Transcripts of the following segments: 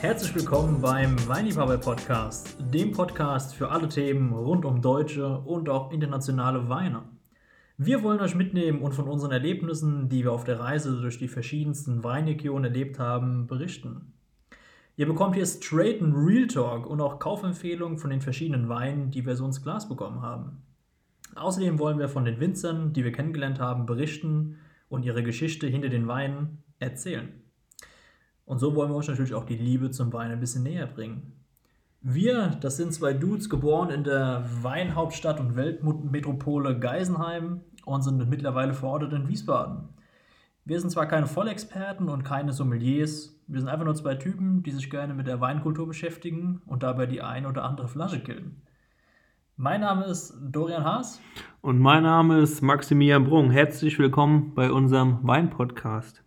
Herzlich willkommen beim Weinliebhaber-Podcast, dem Podcast für alle Themen rund um deutsche und auch internationale Weine. Wir wollen euch mitnehmen und von unseren Erlebnissen, die wir auf der Reise durch die verschiedensten Weinregionen erlebt haben, berichten. Ihr bekommt hier straighten Real Talk und auch Kaufempfehlungen von den verschiedenen Weinen, die wir so ins Glas bekommen haben. Außerdem wollen wir von den Winzern, die wir kennengelernt haben, berichten und ihre Geschichte hinter den Weinen erzählen. Und so wollen wir euch natürlich auch die Liebe zum Wein ein bisschen näher bringen. Wir, das sind zwei Dudes, geboren in der Weinhauptstadt und Weltmetropole Geisenheim und sind mittlerweile verortet in Wiesbaden. Wir sind zwar keine Vollexperten und keine Sommeliers, wir sind einfach nur zwei Typen, die sich gerne mit der Weinkultur beschäftigen und dabei die ein oder andere Flasche killen. Mein Name ist Dorian Haas. Und mein Name ist Maximilian Brung. Herzlich willkommen bei unserem Wein-Podcast.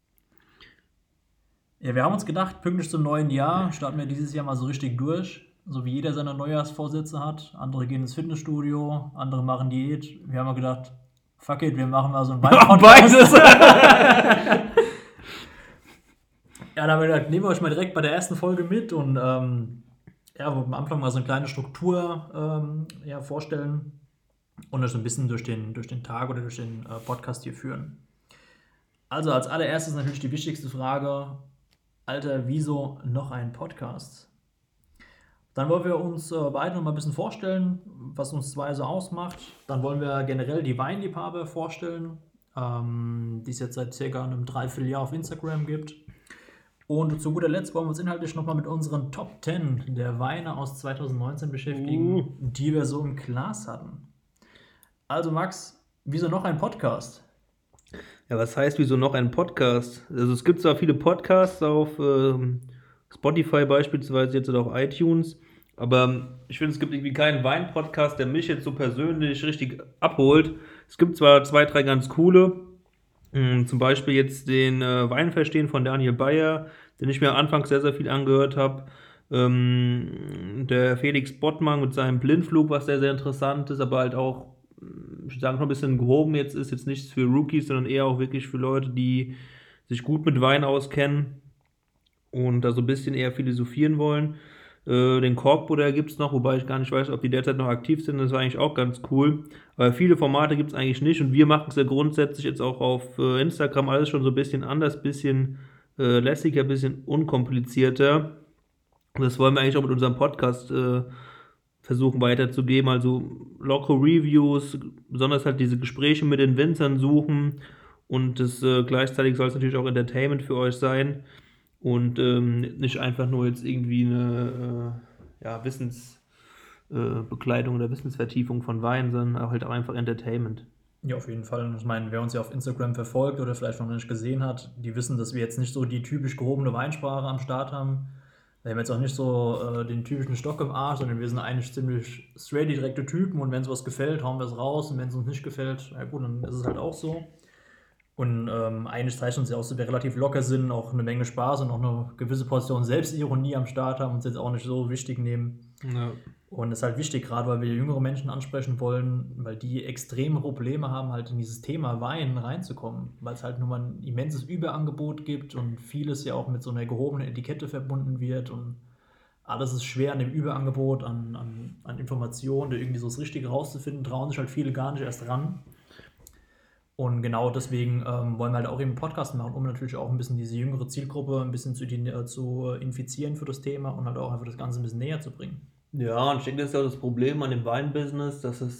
Ja, wir haben uns gedacht, pünktlich zum neuen Jahr starten wir dieses Jahr mal so richtig durch. So wie jeder seine Neujahrsvorsätze hat. Andere gehen ins Fitnessstudio, andere machen Diät. Wir haben mal gedacht, fuck it, wir machen mal so einen Wein-Podcast. Ja, da haben wir gedacht, nehmen wir euch mal direkt bei der ersten Folge mit und wo wir am Anfang mal so eine kleine Struktur vorstellen und euch so ein bisschen durch den Tag oder durch den Podcast hier führen. Also als allererstes natürlich die wichtigste Frage: Alter, wieso noch ein Podcast? Dann wollen wir uns beide noch mal ein bisschen vorstellen, was uns zwei so ausmacht. Dann wollen wir generell die Weinliebhaber vorstellen, die es jetzt seit circa einem Dreivierteljahr auf Instagram gibt. Und zu guter Letzt wollen wir uns inhaltlich nochmal mit unseren Top 10 der Weine aus 2019 beschäftigen, die wir so im Glas hatten. Also Max, wieso noch ein Podcast? Ja, was heißt, wieso noch ein Podcast? Also es gibt zwar viele Podcasts auf Spotify beispielsweise jetzt oder auch iTunes, aber ich finde, es gibt irgendwie keinen Wein-Podcast, der mich jetzt so persönlich richtig abholt. Es gibt zwar 2, 3 ganz coole, zum Beispiel jetzt den Weinverstehen von Daniel Bayer, den ich mir anfangs sehr, sehr viel angehört habe. Der Felix Bottmann mit seinem Blindflug, was sehr, sehr interessant ist, aber halt auch, ich sage noch ein bisschen gehoben jetzt ist nichts für Rookies, sondern eher auch wirklich für Leute, die sich gut mit Wein auskennen und da so ein bisschen eher philosophieren wollen. Den Korkbruder gibt es noch, wobei ich gar nicht weiß, ob die derzeit noch aktiv sind. Das war eigentlich auch ganz cool. Aber viele Formate gibt es eigentlich nicht und wir machen es ja grundsätzlich jetzt auch auf Instagram alles schon so ein bisschen anders, ein bisschen lässiger, ein bisschen unkomplizierter. Und das wollen wir eigentlich auch mit unserem Podcast versuchen weiterzugeben. Also lockere Reviews, besonders halt diese Gespräche mit den Winzern suchen und das gleichzeitig soll es natürlich auch Entertainment für euch sein. Und nicht einfach nur jetzt irgendwie eine Wissensbekleidung oder Wissensvertiefung von Wein, sondern auch halt auch einfach Entertainment. Ja, auf jeden Fall. Ich meine, wer uns ja auf Instagram verfolgt oder vielleicht noch nicht gesehen hat, die wissen, dass wir jetzt nicht so die typisch gehobene Weinsprache am Start haben. Wir haben jetzt auch nicht so den typischen Stock im Arsch, sondern wir sind eigentlich ziemlich straight, direkte Typen und wenn es was gefällt, hauen wir es raus und wenn es uns nicht gefällt, ja gut, dann ist es halt auch so. Und eigentlich zeichnet uns ja auch so, dass wir relativ locker sind, auch eine Menge Spaß und auch eine gewisse Portion Selbstironie am Start haben, uns jetzt auch nicht so wichtig nehmen. Ja. Und das ist halt wichtig, gerade weil wir jüngere Menschen ansprechen wollen, weil die extreme Probleme haben, halt in dieses Thema Wein reinzukommen, weil es halt nun mal ein immenses Überangebot gibt und vieles ja auch mit so einer gehobenen Etikette verbunden wird und alles ist schwer an dem Überangebot, an Informationen, da irgendwie so das Richtige rauszufinden, trauen sich halt viele gar nicht erst ran. Und genau deswegen wollen wir halt auch eben einen Podcast machen, um natürlich auch ein bisschen diese jüngere Zielgruppe ein bisschen zu infizieren für das Thema und halt auch einfach das Ganze ein bisschen näher zu bringen. Ja, und ich denke, das ist ja auch das Problem an dem Weinbusiness, dass es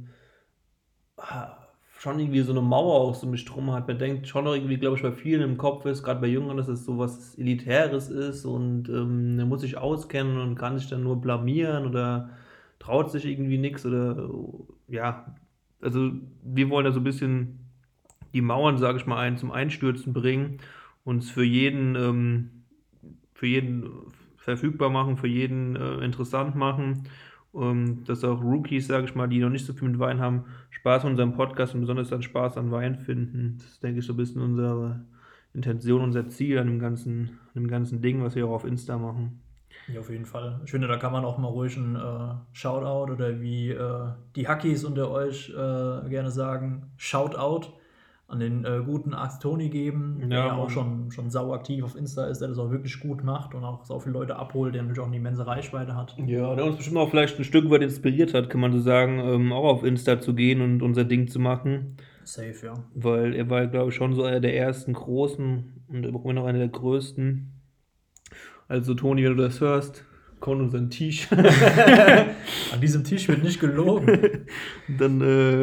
schon irgendwie so eine Mauer auch so mich drum hat. Man denkt schon noch irgendwie, glaube ich, bei vielen im Kopf ist, gerade bei Jüngeren, dass es so was Elitäres ist und man muss sich auskennen und kann sich dann nur blamieren oder traut sich irgendwie nichts oder ja, also wir wollen da so ein bisschen die Mauern, sage ich mal, zum Einstürzen bringen, uns für jeden verfügbar machen, für jeden interessant machen, dass auch Rookies, sage ich mal, die noch nicht so viel mit Wein haben, Spaß an unserem Podcast und besonders dann Spaß an Wein finden. Das ist, denke ich, so ein bisschen unsere Intention, unser Ziel an dem ganzen Ding, was wir auch auf Insta machen. Ja, auf jeden Fall. Ich finde, da kann man auch mal ruhig ein Shoutout oder wie die Hackies unter euch gerne sagen, Shoutout an den guten Arzt Toni geben, der Ja, ja auch Mann. schon sau aktiv auf Insta ist, der das auch wirklich gut macht und auch so viele Leute abholt, der natürlich auch eine immense Reichweite hat. Ja, der uns bestimmt auch vielleicht ein Stück weit inspiriert hat, kann man so sagen, auch auf Insta zu gehen und unser Ding zu machen. Safe, ja. Weil er war, glaube ich, schon so einer der ersten Großen und immer noch einer der Größten. Also Toni, wenn du das hörst, komm unseren Tisch. An diesem Tisch wird nicht gelogen. Dann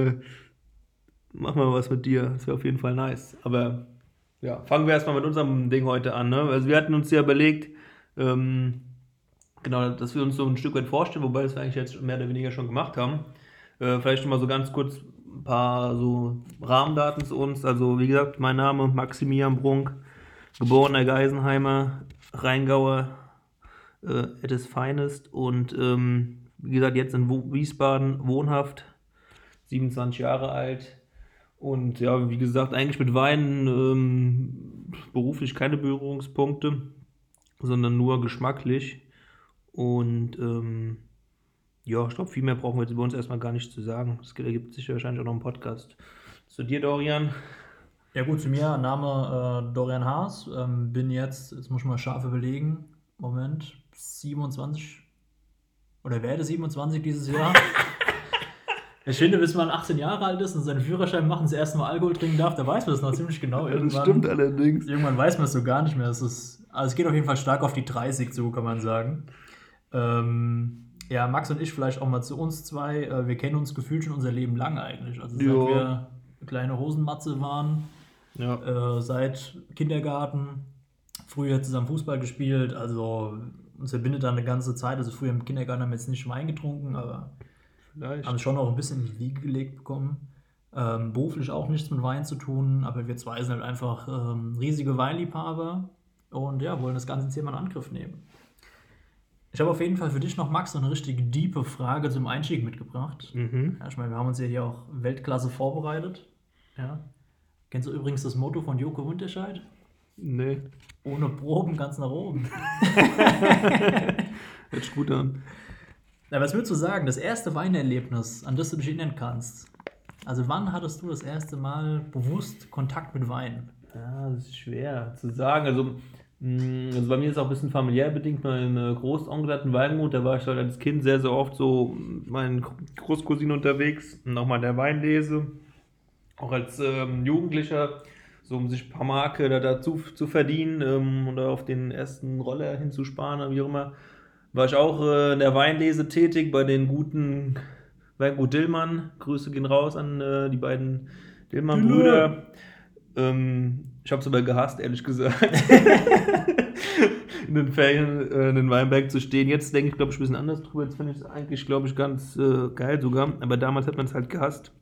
machen wir was mit dir. Das wäre auf jeden Fall nice. Aber ja, fangen wir erstmal mit unserem Ding heute an. Ne? Also wir hatten uns ja überlegt, genau, dass wir uns so ein Stück weit vorstellen, wobei das wir eigentlich jetzt mehr oder weniger schon gemacht haben. Vielleicht noch mal so ganz kurz ein paar so Rahmendaten zu uns. Also wie gesagt, mein Name Maximilian Brunk, geborener Geisenheimer, Rheingauer, at his finest und wie gesagt jetzt in Wiesbaden wohnhaft, 27 Jahre alt und ja, wie gesagt, eigentlich mit Wein beruflich keine Berührungspunkte, sondern nur geschmacklich und ja, ich glaube, viel mehr brauchen wir jetzt über uns erstmal gar nicht zu sagen. Es ergibt sich wahrscheinlich auch noch ein Podcast. Zu dir, Dorian? Ja gut, zu mir, Name Dorian Haas, bin jetzt muss ich mal scharf überlegen, Moment, 27 oder werde 27 dieses Jahr. Ich finde, bis man 18 Jahre alt ist und seinen Führerschein macht und das erste Mal Alkohol trinken darf, da weiß man das noch ziemlich genau. Das stimmt allerdings. Irgendwann weiß man es so gar nicht mehr. Also es geht auf jeden Fall stark auf die 30 zu, kann man sagen. Ja, Max und ich vielleicht auch mal zu uns zwei. Wir kennen uns gefühlt schon unser Leben lang eigentlich. Also seit Jo. wir kleine Hosenmatze waren, Ja. seit Kindergarten, früher zusammen Fußball gespielt. Also uns verbindet da eine ganze Zeit. Also früher im Kindergarten haben wir jetzt nicht Wein getrunken, aber Vielleicht. haben es schon auch ein bisschen in die Wiege gelegt bekommen. Beruflich auch nichts mit Wein zu tun, aber wir zwei sind halt einfach riesige Weinliebhaber und ja, wollen das ganze Thema in Angriff nehmen. Ich habe auf jeden Fall für dich noch, Max, noch eine richtig diepe Frage zum Einstieg mitgebracht. Ja, ich meine, wir haben uns ja hier auch Weltklasse vorbereitet. Ja. Kennst du übrigens das Motto von Joko Winterscheid? Nee. Ohne Proben ganz nach oben. Hört sich gut an. Aber was würdest du sagen, das erste Weinerlebnis, an das du dich erinnern kannst? Also wann hattest du das erste Mal bewusst Kontakt mit Wein? Ja, das ist schwer zu sagen. Also bei mir ist auch ein bisschen familiär bedingt. Mein Großonkel hat ein Weingut, da war ich halt als Kind sehr, sehr oft so mit meinen Großcousinen unterwegs und auch mal in der Weinlese. Auch als Jugendlicher, so um sich ein paar Mark dazu zu verdienen oder auf den ersten Roller hinzusparen oder wie auch immer, war ich auch in der Weinlese tätig bei den guten Weingut Dillmann. Grüße gehen raus an die beiden Dillmann-Brüder. Ich habe es aber gehasst, ehrlich gesagt, in den Ferien in den Weinberg zu stehen. Jetzt denke ich, glaube ich, ein bisschen anders drüber. Jetzt finde ich es eigentlich, glaube ich, ganz geil sogar. Aber damals hat man es halt gehasst.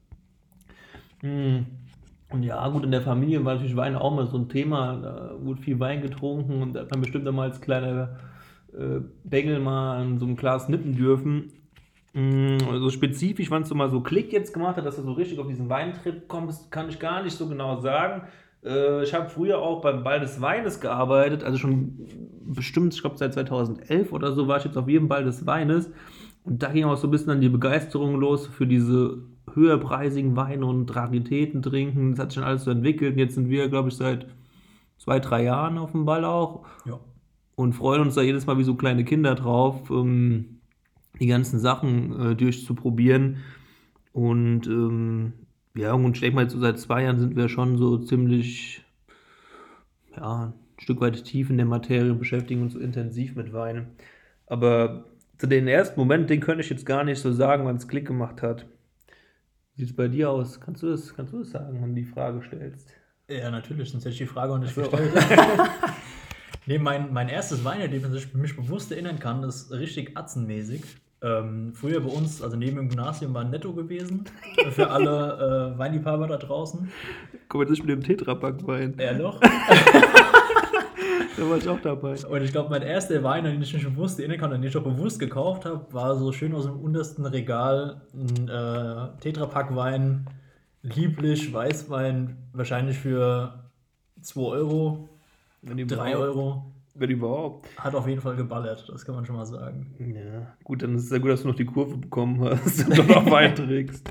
Und ja, gut, in der Familie war natürlich Wein auch mal so ein Thema. Da wurde viel Wein getrunken und da hat man bestimmt einmal als kleiner Bengel mal an so einem Glas nippen dürfen. Also spezifisch, wann es so mal so Klick jetzt gemacht hat, dass du so richtig auf diesen Weintrip kommst, kann ich gar nicht so genau sagen. Ich habe früher auch beim Ball des Weines gearbeitet, also schon bestimmt, ich glaube seit 2011 oder so war ich jetzt auf jedem Ball des Weines und da ging auch so ein bisschen dann die Begeisterung los für diese höherpreisigen Weine und Raritäten trinken. Das hat sich schon alles so entwickelt und jetzt sind wir, glaube ich, seit 2-3 Jahren auf dem Ball auch. Ja. Und freuen uns da jedes Mal wie so kleine Kinder drauf, die ganzen Sachen durchzuprobieren. Und ja, und ich denke mal, so seit 2 Jahren sind wir schon so ziemlich, ja, ein Stück weit tief in der Materie und beschäftigen uns so intensiv mit Wein. Aber zu den ersten Momenten, den könnte ich jetzt gar nicht so sagen, wann es Klick gemacht hat. Wie sieht es bei dir aus? Kannst du das sagen, wenn du die Frage stellst? Ja, natürlich, sonst hätte ich die Frage auch nicht So. gestellt. Nee, mein erstes Weinerlebnis, das ich mich bewusst erinnern kann, ist richtig atzenmäßig. Früher bei uns, also neben dem Gymnasium, war ein Netto gewesen. Für alle Weinliebhaber da draußen. Komm jetzt nicht mit dem Tetrapack-Wein. Ja, doch. Da war ich auch dabei. Und ich glaube, mein erster Wein, an den ich mich bewusst erinnern kann, den ich auch bewusst gekauft habe, war so schön aus dem untersten Regal ein Tetrapack-Wein, lieblich, Weißwein, wahrscheinlich für 2 Euro, Wenn 3 Euro. Wenn überhaupt. Hat auf jeden Fall geballert, das kann man schon mal sagen. Ja, gut, dann ist es ja gut, dass du noch die Kurve bekommen hast und noch Wein trinkst.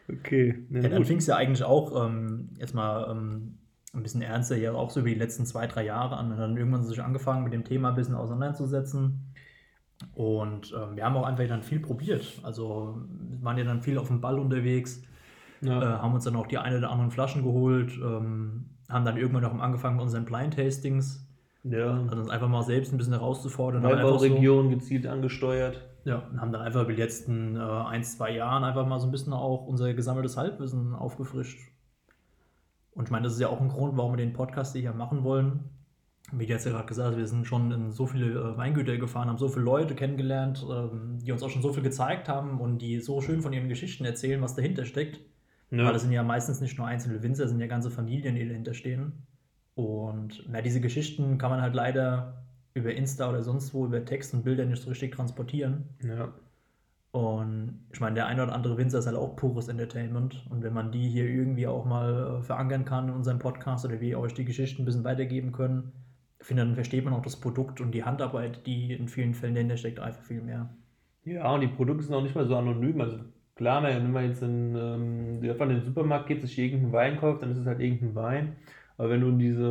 Okay, Ja, dann fing es ja eigentlich auch jetzt mal ein bisschen ernster hier auch so über die letzten 2, 3 Jahre an und dann irgendwann sich angefangen mit dem Thema ein bisschen auseinanderzusetzen. Und wir haben auch einfach dann viel probiert. Also wir waren ja dann viel auf dem Ball unterwegs, haben uns dann auch die eine oder anderen Flaschen geholt, haben dann irgendwann auch angefangen mit unseren Blind-Tastings, Ja, also uns einfach mal selbst ein bisschen herauszufordern. Haben einfach so, Weinbauregion gezielt angesteuert. ja, und haben dann einfach über die letzten 1, 2 Jahren einfach mal so ein bisschen auch unser gesammeltes Halbwissen aufgefrischt. Und ich meine, das ist ja auch ein Grund, warum wir den Podcast hier machen wollen. Wie du jetzt ja gerade gesagt hast, wir sind schon in so viele Weingüter gefahren, haben so viele Leute kennengelernt, die uns auch schon so viel gezeigt haben und die so schön von ihren Geschichten erzählen, was dahinter steckt. Ja. Weil das sind ja meistens nicht nur einzelne Winzer, das sind ja ganze Familien, die dahinter stehen. Und ja, diese Geschichten kann man halt leider über Insta oder sonst wo, über Text und Bilder nicht so richtig transportieren. Ja. Und ich meine, der eine oder andere Winzer ist halt auch pures Entertainment. Und wenn man die hier irgendwie auch mal verankern kann in unserem Podcast oder wir euch die Geschichten ein bisschen weitergeben können, finde, dann versteht man auch das Produkt und die Handarbeit, die in vielen Fällen dahinter steckt, einfach viel mehr. Ja, und die Produkte sind auch nicht mehr so anonym. Also klar, wenn man jetzt einfach in den Supermarkt geht, sich irgendeinen Wein kauft, dann ist es halt irgendein Wein. Aber wenn du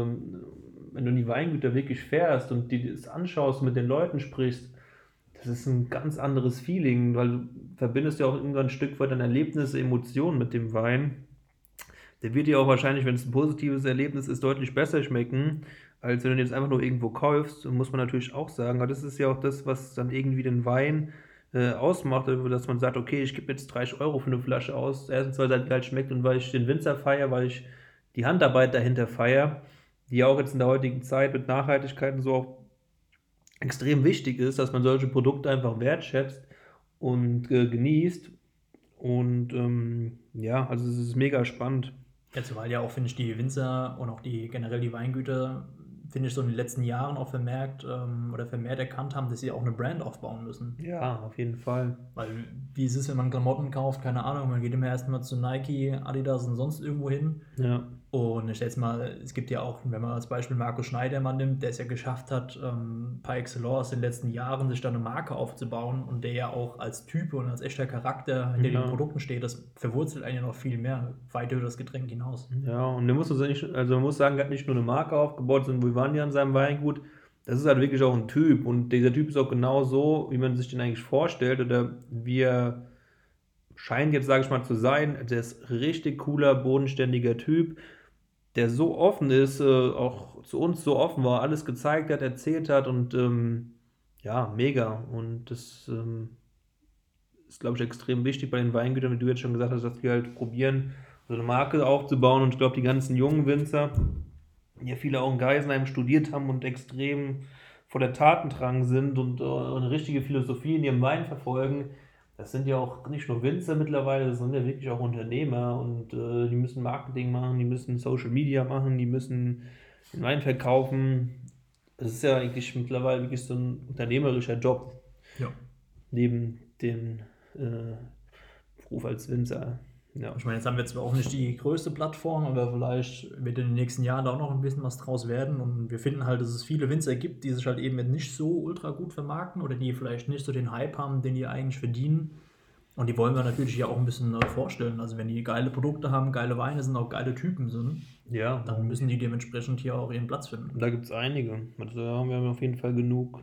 in die Weingüter wirklich fährst und dir das anschaust, mit den Leuten sprichst, das ist ein ganz anderes Feeling, weil du verbindest ja auch irgendwann ein Stück weit deine Erlebnisse, Emotionen mit dem Wein. Der wird dir auch wahrscheinlich, wenn es ein positives Erlebnis ist, deutlich besser schmecken, als wenn du den jetzt einfach nur irgendwo kaufst. Und muss man natürlich auch sagen, aber das ist ja auch das, was dann irgendwie den Wein ausmacht, dass man sagt, okay, ich gebe jetzt 30 Euro für eine Flasche aus. Erstens, weil es halt geil schmeckt und weil ich den Winzer feiere, weil ich die Handarbeit dahinter feiere, die ja auch jetzt in der heutigen Zeit mit Nachhaltigkeit und so auch extrem wichtig ist, dass man solche Produkte einfach wertschätzt und genießt. Und ja, also es ist mega spannend. Ja, zumal ja auch, finde ich, die Winzer und auch generell die Weingüter, finde ich, so in den letzten Jahren auch vermerkt oder vermehrt erkannt haben, dass sie auch eine Brand aufbauen müssen. Ja, auf jeden Fall. Weil, wie ist es, wenn man Klamotten kauft, keine Ahnung, man geht immer erstmal zu Nike, Adidas und sonst irgendwo hin. Ja, Und ich schätze mal, es gibt ja auch, wenn man als Beispiel Markus Schneidermann nimmt, der es ja geschafft hat, par excellence in den letzten Jahren sich da eine Marke aufzubauen und der ja auch als Typ und als echter Charakter hinter den Produkten steht, das verwurzelt einen ja noch viel mehr, weit über das Getränk hinaus. ja, und der muss also nicht, also man muss sagen, er hat nicht nur eine Marke aufgebaut, sondern wir waren ja an seinem Weingut. Das ist halt wirklich auch ein Typ und dieser Typ ist auch genau so, wie man sich den eigentlich vorstellt oder wie er scheint jetzt, sage ich mal, zu sein. Der ist richtig cooler, bodenständiger Typ, der so offen ist, auch zu uns so offen war, alles gezeigt hat, erzählt hat und ja, mega. Und das ist, glaube ich, extrem wichtig bei den Weingütern, wie du jetzt schon gesagt hast, dass die halt probieren, so eine Marke aufzubauen. Und ich glaube, die ganzen jungen Winzer, die ja viele auch in Geisenheim studiert haben und extrem vor der Tatendrang sind und eine richtige Philosophie in ihrem Wein verfolgen, das sind ja auch nicht nur Winzer mittlerweile, das sind ja wirklich auch Unternehmer und die müssen Marketing machen, die müssen Social Media machen, die müssen den Wein verkaufen. Das ist ja eigentlich mittlerweile wirklich so ein unternehmerischer Job Ja. neben dem Beruf als Winzer. Ja. Ich meine, jetzt haben wir zwar auch nicht die größte Plattform, aber vielleicht wird in den nächsten Jahren da auch noch ein bisschen was draus werden. Und wir finden halt, dass es viele Winzer gibt, die sich halt eben nicht so ultra gut vermarkten oder die vielleicht nicht so den Hype haben, den die eigentlich verdienen. Und die wollen wir natürlich ja auch ein bisschen vorstellen. Also wenn die geile Produkte haben, geile Weine sind, auch geile Typen sind, Ja, dann müssen die dementsprechend hier auch ihren Platz finden. da gibt es einige. Also da haben wir auf jeden Fall genug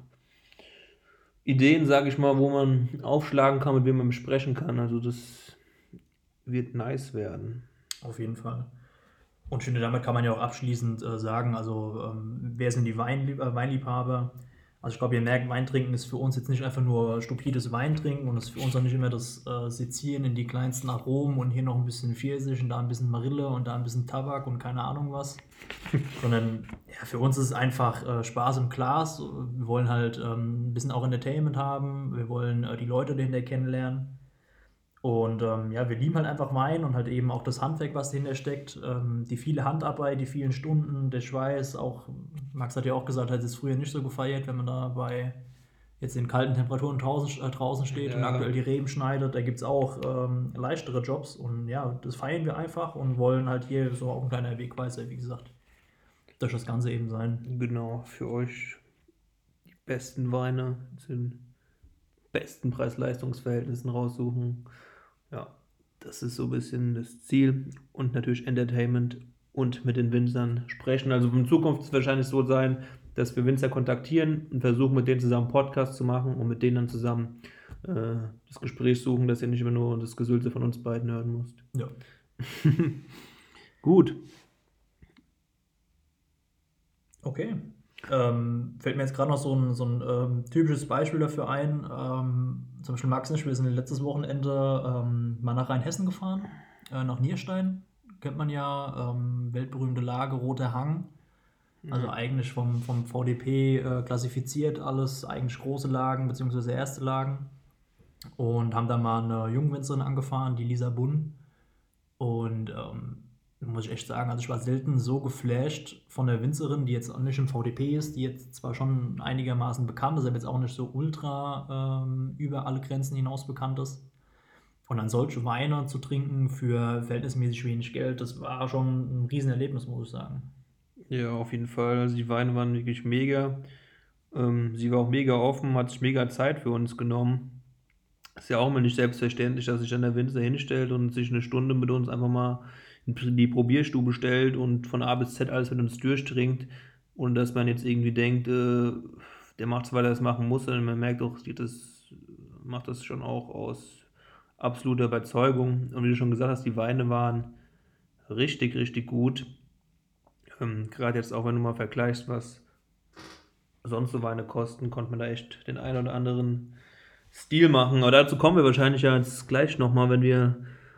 Ideen, sage ich mal, wo man aufschlagen kann, mit wem man besprechen kann. Also das wird nice werden. Auf jeden Fall. Und ich finde, damit kann man ja auch abschließend sagen, also wer sind die Weinliebhaber? Also ich glaube, ihr merkt, Weintrinken ist für uns jetzt nicht einfach nur stupides Weintrinken und es ist für uns auch nicht immer das Sezieren in die kleinsten Aromen und hier noch ein bisschen Pfirsich und da ein bisschen Marille und da ein bisschen Tabak und keine Ahnung was. Sondern ja, für uns ist es einfach Spaß im Glas. Wir wollen halt ein bisschen auch Entertainment haben. Wir wollen die Leute dahinter kennenlernen. Und ja, wir lieben halt einfach Wein und halt eben auch das Handwerk, was dahinter steckt. Die viele Handarbeit, die vielen Stunden, der Schweiß. Auch, Max hat ja auch gesagt, hat es früher nicht so gefeiert, wenn man da bei jetzt in kalten Temperaturen draußen steht und Ja. aktuell die Reben schneidet. Da gibt es auch leichtere Jobs. Und ja, das feiern wir einfach und wollen halt hier so auch ein kleiner Wegweiser, wie gesagt, durch das Ganze eben sein. Genau, für euch die besten Weine zu den besten Preis-Leistungs-Verhältnissen raussuchen. Ja, Das ist so ein bisschen das Ziel und natürlich Entertainment und mit den Winzern sprechen. Also in Zukunft wird es wahrscheinlich so sein, dass wir Winzer kontaktieren und versuchen, mit denen zusammen einen Podcast zu machen und mit denen dann zusammen das Gespräch suchen, dass ihr nicht immer nur das Gesülze von uns beiden hören müsst. Ja. Gut. Okay. Fällt mir jetzt gerade noch so ein typisches Beispiel dafür ein. Zum Beispiel Max und ich, wir sind letztes Wochenende mal nach Rheinhessen gefahren, nach Nierstein. Kennt man ja, weltberühmte Lage, Roter Hang. Also eigentlich vom VDP klassifiziert alles, eigentlich große Lagen bzw. erste Lagen. Und haben da mal eine Jungwinzerin angefahren, die Lisa Bunn. Und muss ich echt sagen, also ich war selten so geflasht von der Winzerin, die jetzt auch nicht im VDP ist, die jetzt zwar schon einigermaßen bekannt ist, aber jetzt auch nicht so ultra über alle Grenzen hinaus bekannt ist. Und dann solche Weine zu trinken für verhältnismäßig wenig Geld, das war schon ein Riesenerlebnis, muss ich sagen. Ja, auf jeden Fall. Also die Weine waren wirklich mega. Sie war auch mega offen, hat sich mega Zeit für uns genommen. Ist ja auch mal nicht selbstverständlich, dass sich dann der Winzer hinstellt und sich eine Stunde mit uns einfach mal in die Probierstube stellt und von A bis Z alles mit uns durchtrinkt. Und dass man jetzt irgendwie denkt, der macht es, weil er es machen muss, sondern man merkt auch, macht das schon auch aus absoluter Überzeugung. Und wie du schon gesagt hast, die Weine waren richtig, richtig gut. Gerade jetzt auch, wenn du mal vergleichst, was sonst so Weine kosten, konnte man da echt den einen oder anderen Stil machen. Aber dazu kommen wir wahrscheinlich ja jetzt gleich nochmal, wenn wir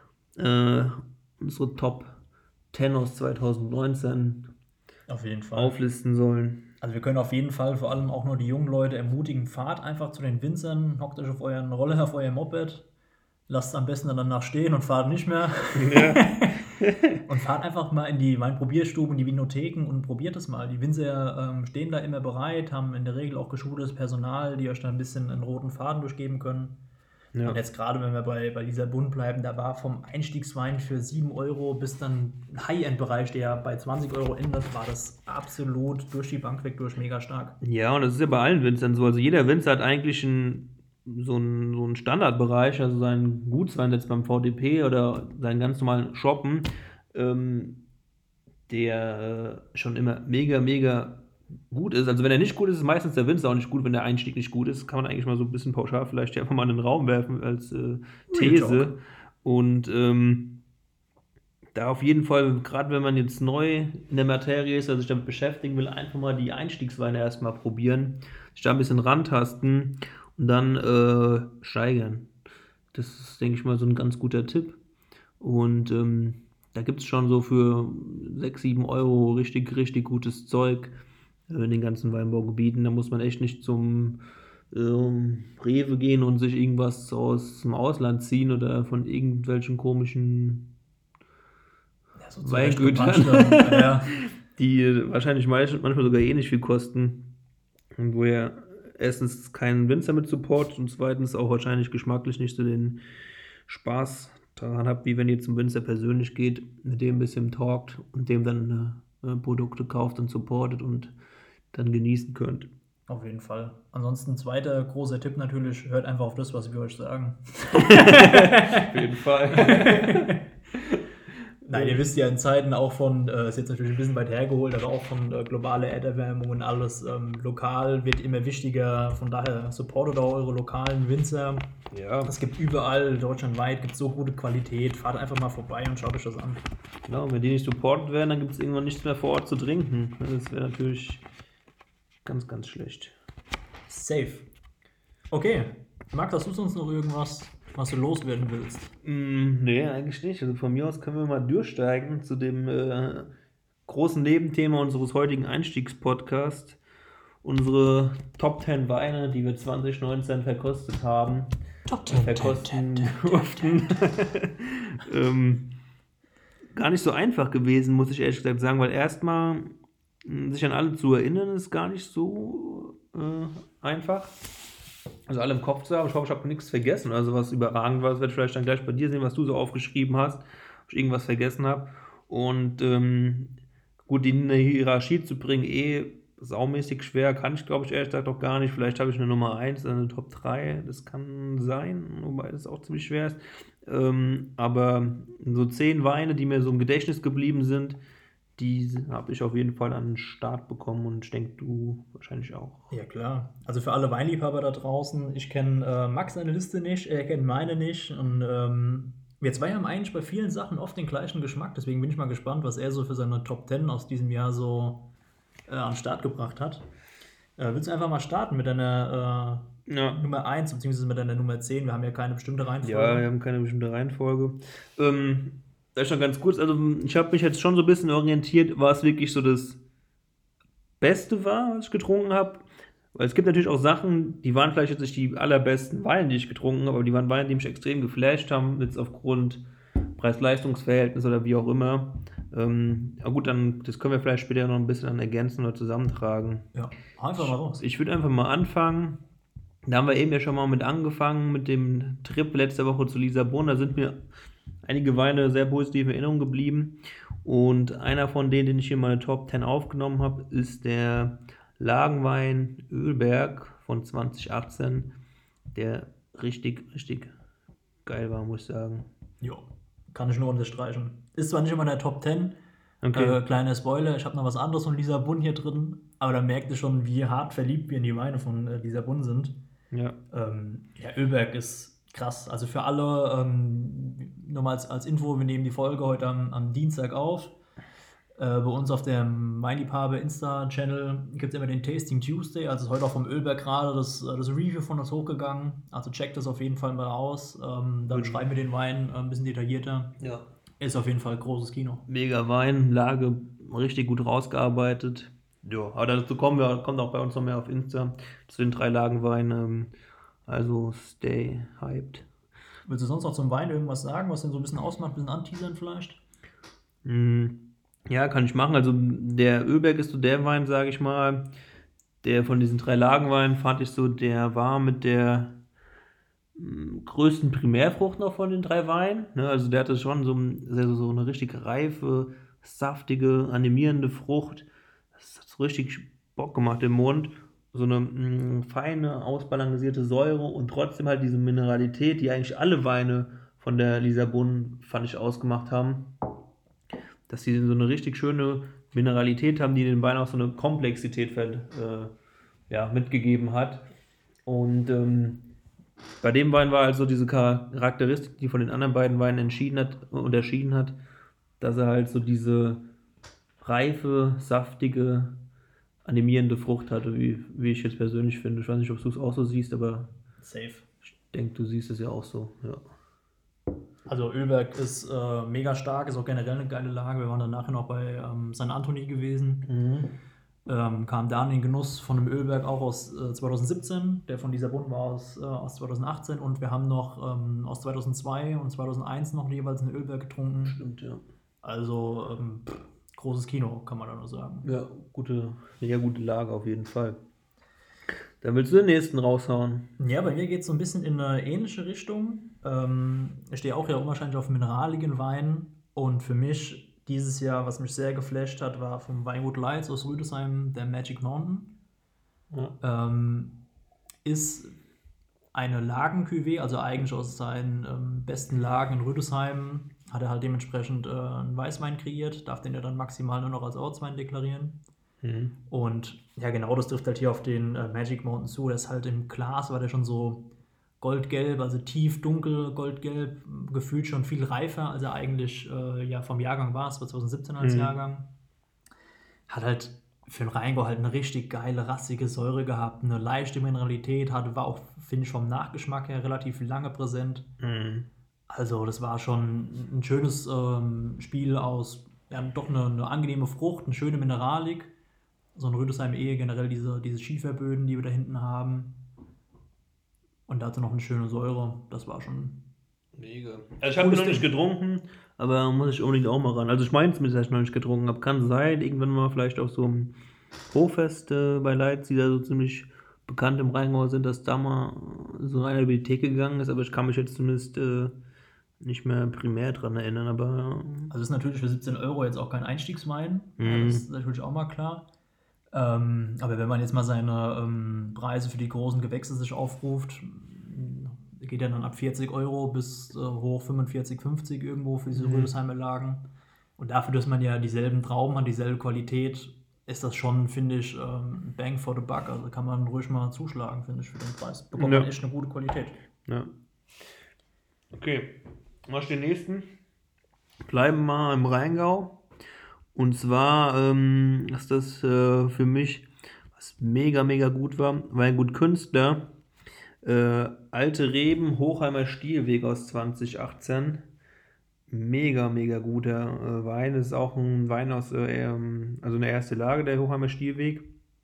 unsere Top 10 aus 2019 Auf jeden Fall. auflisten sollen. Also wir können auf jeden Fall vor allem auch nur die jungen Leute ermutigen, fahrt einfach zu den Winzern, hockt euch auf euren Roller, auf euer Moped, lasst am besten dann danach stehen und fahrt nicht mehr. Ja. Und fahrt einfach mal in die Weinprobierstuben, die Vinotheken und probiert es mal. Die Winzer stehen da immer bereit, haben in der Regel auch geschultes Personal, die euch da ein bisschen einen roten Faden durchgeben können. Ja. Und jetzt gerade, wenn wir bei Lisa Bunn bleiben, da war vom Einstiegswein für 7 Euro bis dann High-End-Bereich, der bei 20 Euro endet, war das absolut durch die Bank weg durch mega stark. Ja, und das ist ja bei allen Winzern so. Also jeder Winzer hat eigentlich so einen Standardbereich, also seinen Gutswein jetzt beim VDP oder seinen ganz normalen Shoppen, der schon immer mega, mega gut ist. Also wenn er nicht gut ist, ist meistens der Winzer auch nicht gut. Wenn der Einstieg nicht gut ist, kann man eigentlich mal so ein bisschen pauschal vielleicht einfach mal in den Raum werfen als These. Und da auf jeden Fall, gerade wenn man jetzt neu in der Materie ist, also sich damit beschäftigen will, einfach mal die Einstiegsweine erstmal probieren, sich da ein bisschen rantasten und dann steigern. Das ist, denke ich mal, so ein ganz guter Tipp. Und da gibt es schon so für 6, 7 Euro richtig, richtig gutes Zeug in den ganzen Weinbaugebieten. Da muss man echt nicht zum Rewe gehen und sich irgendwas aus dem Ausland ziehen oder von irgendwelchen komischen so Weingütern, ja. die wahrscheinlich manchmal sogar eh nicht viel kosten. Und wo ihr erstens keinen Winzer mit supportet und zweitens auch wahrscheinlich geschmacklich nicht so den Spaß daran habt, wie wenn ihr zum Winzer persönlich geht, mit dem ein bisschen talkt und dem dann Produkte kauft und supportet und dann genießen könnt. Auf jeden Fall. Ansonsten zweiter großer Tipp natürlich, hört einfach auf das, was wir euch sagen. Auf jeden Fall. Nein, ihr wisst ja in Zeiten auch von, ist jetzt natürlich ein bisschen weit hergeholt, aber auch von globaler Erderwärmung und alles lokal wird immer wichtiger. Von daher supportet auch eure lokalen Winzer. Ja. Es gibt überall, deutschlandweit, gibt so gute Qualität. Fahrt einfach mal vorbei und schaut euch das an. Genau, und wenn die nicht supportet werden, dann gibt es irgendwann nichts mehr vor Ort zu trinken. Das wäre natürlich ganz, ganz schlecht. Safe. Okay. Max, hast du sonst noch irgendwas, was du loswerden willst? Nee, eigentlich nicht. Also von mir aus können wir mal durchsteigen zu dem großen Nebenthema unseres heutigen Einstiegspodcasts. Unsere Top 10 Weine, die wir 2019 verkostet haben. Top 10 verkosten durften. Gar nicht so einfach gewesen, muss ich ehrlich gesagt sagen, weil erstmal sich an alle zu erinnern, ist gar nicht so einfach. Also alle im Kopf zu haben. Ich hoffe, ich habe nichts vergessen. Also was überragend war, das werde ich vielleicht dann gleich bei dir sehen, was du so aufgeschrieben hast, ob ich irgendwas vergessen habe. Und gut, die in eine Hierarchie zu bringen, saumäßig schwer, kann ich glaube ich ehrlich gesagt auch gar nicht. Vielleicht habe ich eine Nummer 1, eine Top 3, das kann sein, wobei das auch ziemlich schwer ist. Aber so 10 Weine, die mir so im Gedächtnis geblieben sind, die habe ich auf jeden Fall an den Start bekommen und ich denke, du wahrscheinlich auch. Ja, klar. Also für alle Weinliebhaber da draußen, ich kenne Max seine Liste nicht, er kennt meine nicht. Und wir zwei haben eigentlich bei vielen Sachen oft den gleichen Geschmack, deswegen bin ich mal gespannt, was er so für seine Top 10 aus diesem Jahr so an den Start gebracht hat. Willst du einfach mal starten mit deiner Ja. Nummer 1 bzw. mit deiner Nummer 10? Wir haben ja keine bestimmte Reihenfolge. Ja, wir haben keine bestimmte Reihenfolge. Vielleicht noch ganz kurz, also ich habe mich jetzt schon so ein bisschen orientiert, was wirklich so das Beste war, was ich getrunken habe. Weil es gibt natürlich auch Sachen, die waren vielleicht jetzt nicht die allerbesten Weine, die ich getrunken habe, aber die waren Weine, die mich extrem geflasht haben, jetzt aufgrund Preis-Leistungs-Verhältnis oder wie auch immer. Aber gut, dann das können wir vielleicht später noch ein bisschen dann ergänzen oder zusammentragen. Ja, einfach mal raus. Ich würde einfach mal anfangen. Da haben wir eben ja schon mal mit angefangen, mit dem Trip letzte Woche zu Lissabon. Da sind mir einige Weine sehr positiv in Erinnerung geblieben. Und einer von denen, den ich hier in meine Top 10 aufgenommen habe, ist der Lagenwein Ölberg von 2018, der richtig, richtig geil war, muss ich sagen. Ja, kann ich nur unterstreichen. Ist zwar nicht immer in der Top 10, Okay. kleiner Spoiler, ich habe noch was anderes von Lissabon hier drin, aber da merkt ihr schon, wie hart verliebt wir in die Weine von Lissabon sind. Ja. Ja, Ölberg ist krass. Also für alle, nur mal als Info, wir nehmen die Folge heute am Dienstag auf. Bei uns auf dem Weinliebhaber Insta-Channel gibt es immer den Tasting Tuesday, also ist heute auch vom Ölberg gerade das Review von uns hochgegangen. Also checkt das auf jeden Fall mal aus. Da beschreiben wir den Wein ein bisschen detaillierter. Ja. Ist auf jeden Fall großes Kino. Mega Wein, Lage richtig gut rausgearbeitet. Ja, aber dazu kommt auch bei uns noch mehr auf Insta zu den 3 Lagenweinen. Also stay hyped. Willst du sonst noch zum Wein irgendwas sagen, was den so ein bisschen ausmacht, ein bisschen anteasern vielleicht? Ja, kann ich machen. Also der Ölberg ist so der Wein, sage ich mal, der von diesen 3 Lagenweinen fand ich so, der war mit der größten Primärfrucht noch von den 3 Weinen. Ne? Also der hatte schon so eine richtig reife, saftige, animierende Frucht. Das hat so richtig Bock gemacht im Mund. So eine feine, ausbalancierte Säure und trotzdem halt diese Mineralität, die eigentlich alle Weine von der Lissabon, fand ich, ausgemacht haben. Dass die so eine richtig schöne Mineralität haben, die den Wein auch so eine Komplexität mitgegeben hat. Und bei dem Wein war also diese Charakteristik, die von den anderen beiden Weinen unterschieden hat, dass er halt so diese reife, saftige, animierende Frucht hatte, wie ich jetzt persönlich finde. Ich weiß nicht, ob du es auch so siehst, aber Safe. ich denke, du siehst es ja auch so. Ja. Also Ölberg ist mega stark, ist auch generell eine geile Lage. Wir waren dann nachher noch bei San Anthony gewesen. Kam da in den Genuss von einem Ölberg auch aus 2017, der von Lissabon war aus 2018 und wir haben noch aus 2002 und 2001 noch jeweils einen Ölberg getrunken. Stimmt, ja. Also großes Kino, kann man da nur sagen. Ja, mega gute Lage auf jeden Fall. Dann willst du den nächsten raushauen. Ja, bei mir geht es so ein bisschen in eine ähnliche Richtung. Ich stehe auch ja unwahrscheinlich auf mineraligen Wein und für mich dieses Jahr, was mich sehr geflasht hat, war vom Weingut Leitz aus Rüdesheim der Magic Mountain. Ja. Ist eine Lagen-Cuvée, also eigentlich aus seinen besten Lagen in Rüdesheim, hat er halt dementsprechend einen Weißwein kreiert, darf den ja dann maximal nur noch als Ortswein deklarieren. Und ja, genau, das trifft halt hier auf den Magic Mountain zu. Der ist halt im Glas, war der schon so goldgelb, also tief dunkel, goldgelb, gefühlt schon viel reifer, als er eigentlich vom Jahrgang war. Es war 2017 als Jahrgang. Hat halt für den Rheingau halt eine richtig geile, rassige Säure gehabt, eine leichte Mineralität, war auch, finde ich, vom Nachgeschmack her relativ lange präsent. Also das war schon ein schönes Spiel aus, ja, doch eine angenehme Frucht, eine schöne Mineralik. So ein Rüdesheim generell diese Schieferböden, die wir da hinten haben. Und dazu noch eine schöne Säure. Das war schon mega. Also ich habe noch nicht getrunken, aber muss ich unbedingt auch mal ran. Also ich meine es, dass ich noch nicht getrunken habe. Kann sein, irgendwann mal vielleicht auf so einem Hochfest bei Leitz, die da so ziemlich bekannt im Rheingau sind, dass da mal so einer über die Theke gegangen ist, aber ich kann mich jetzt zumindest nicht mehr primär dran erinnern. Aber also ist natürlich für 17 € jetzt auch kein Einstiegswein. Das ist natürlich auch mal klar. Aber wenn man jetzt mal seine Preise für die großen Gewächse sich aufruft, geht ja dann ab 40 Euro bis hoch 45, 50 irgendwo für diese Rüdesheimer Lagen. Und dafür, dass man ja dieselben Trauben hat, dieselbe Qualität, ist das schon, finde ich, Bang for the Buck. Also kann man ruhig mal zuschlagen, finde ich, für den Preis. Bekommt man echt eine gute Qualität. Ja. Okay, mach den nächsten. Bleiben mal im Rheingau. Und zwar ist das für mich, was mega, mega gut war ein gut Künstler. Alte Reben, Hochheimer Stielweg aus 2018. Mega, mega guter Wein. Das ist auch ein Wein aus, also eine erste Lage, der Hochheimer Stielweg.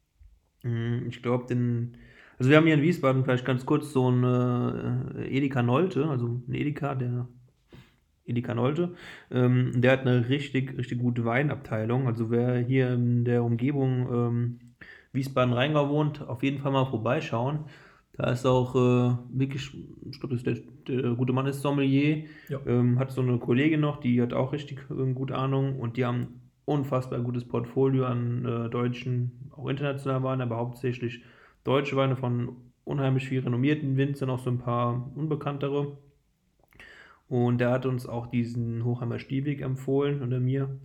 Ich glaube, also wir haben hier in Wiesbaden vielleicht ganz kurz so einen Edeka Nolte, also ein Edeka, der Edeka Nolte. Der hat eine richtig, richtig gute Weinabteilung. Also wer hier in der Umgebung Wiesbaden-Rheingau wohnt, auf jeden Fall mal vorbeischauen. Da ist auch wirklich, ich glaube, der gute Mann ist Sommelier, Ja. hat so eine Kollegin noch, die hat auch richtig gute Ahnung und die haben unfassbar gutes Portfolio an deutschen, auch internationalen Weinen, aber hauptsächlich deutsche Weine von unheimlich viel renommierten Winzern, auch so ein paar unbekanntere. Und der hat uns auch diesen Hochheimer Stielweg empfohlen oder mir.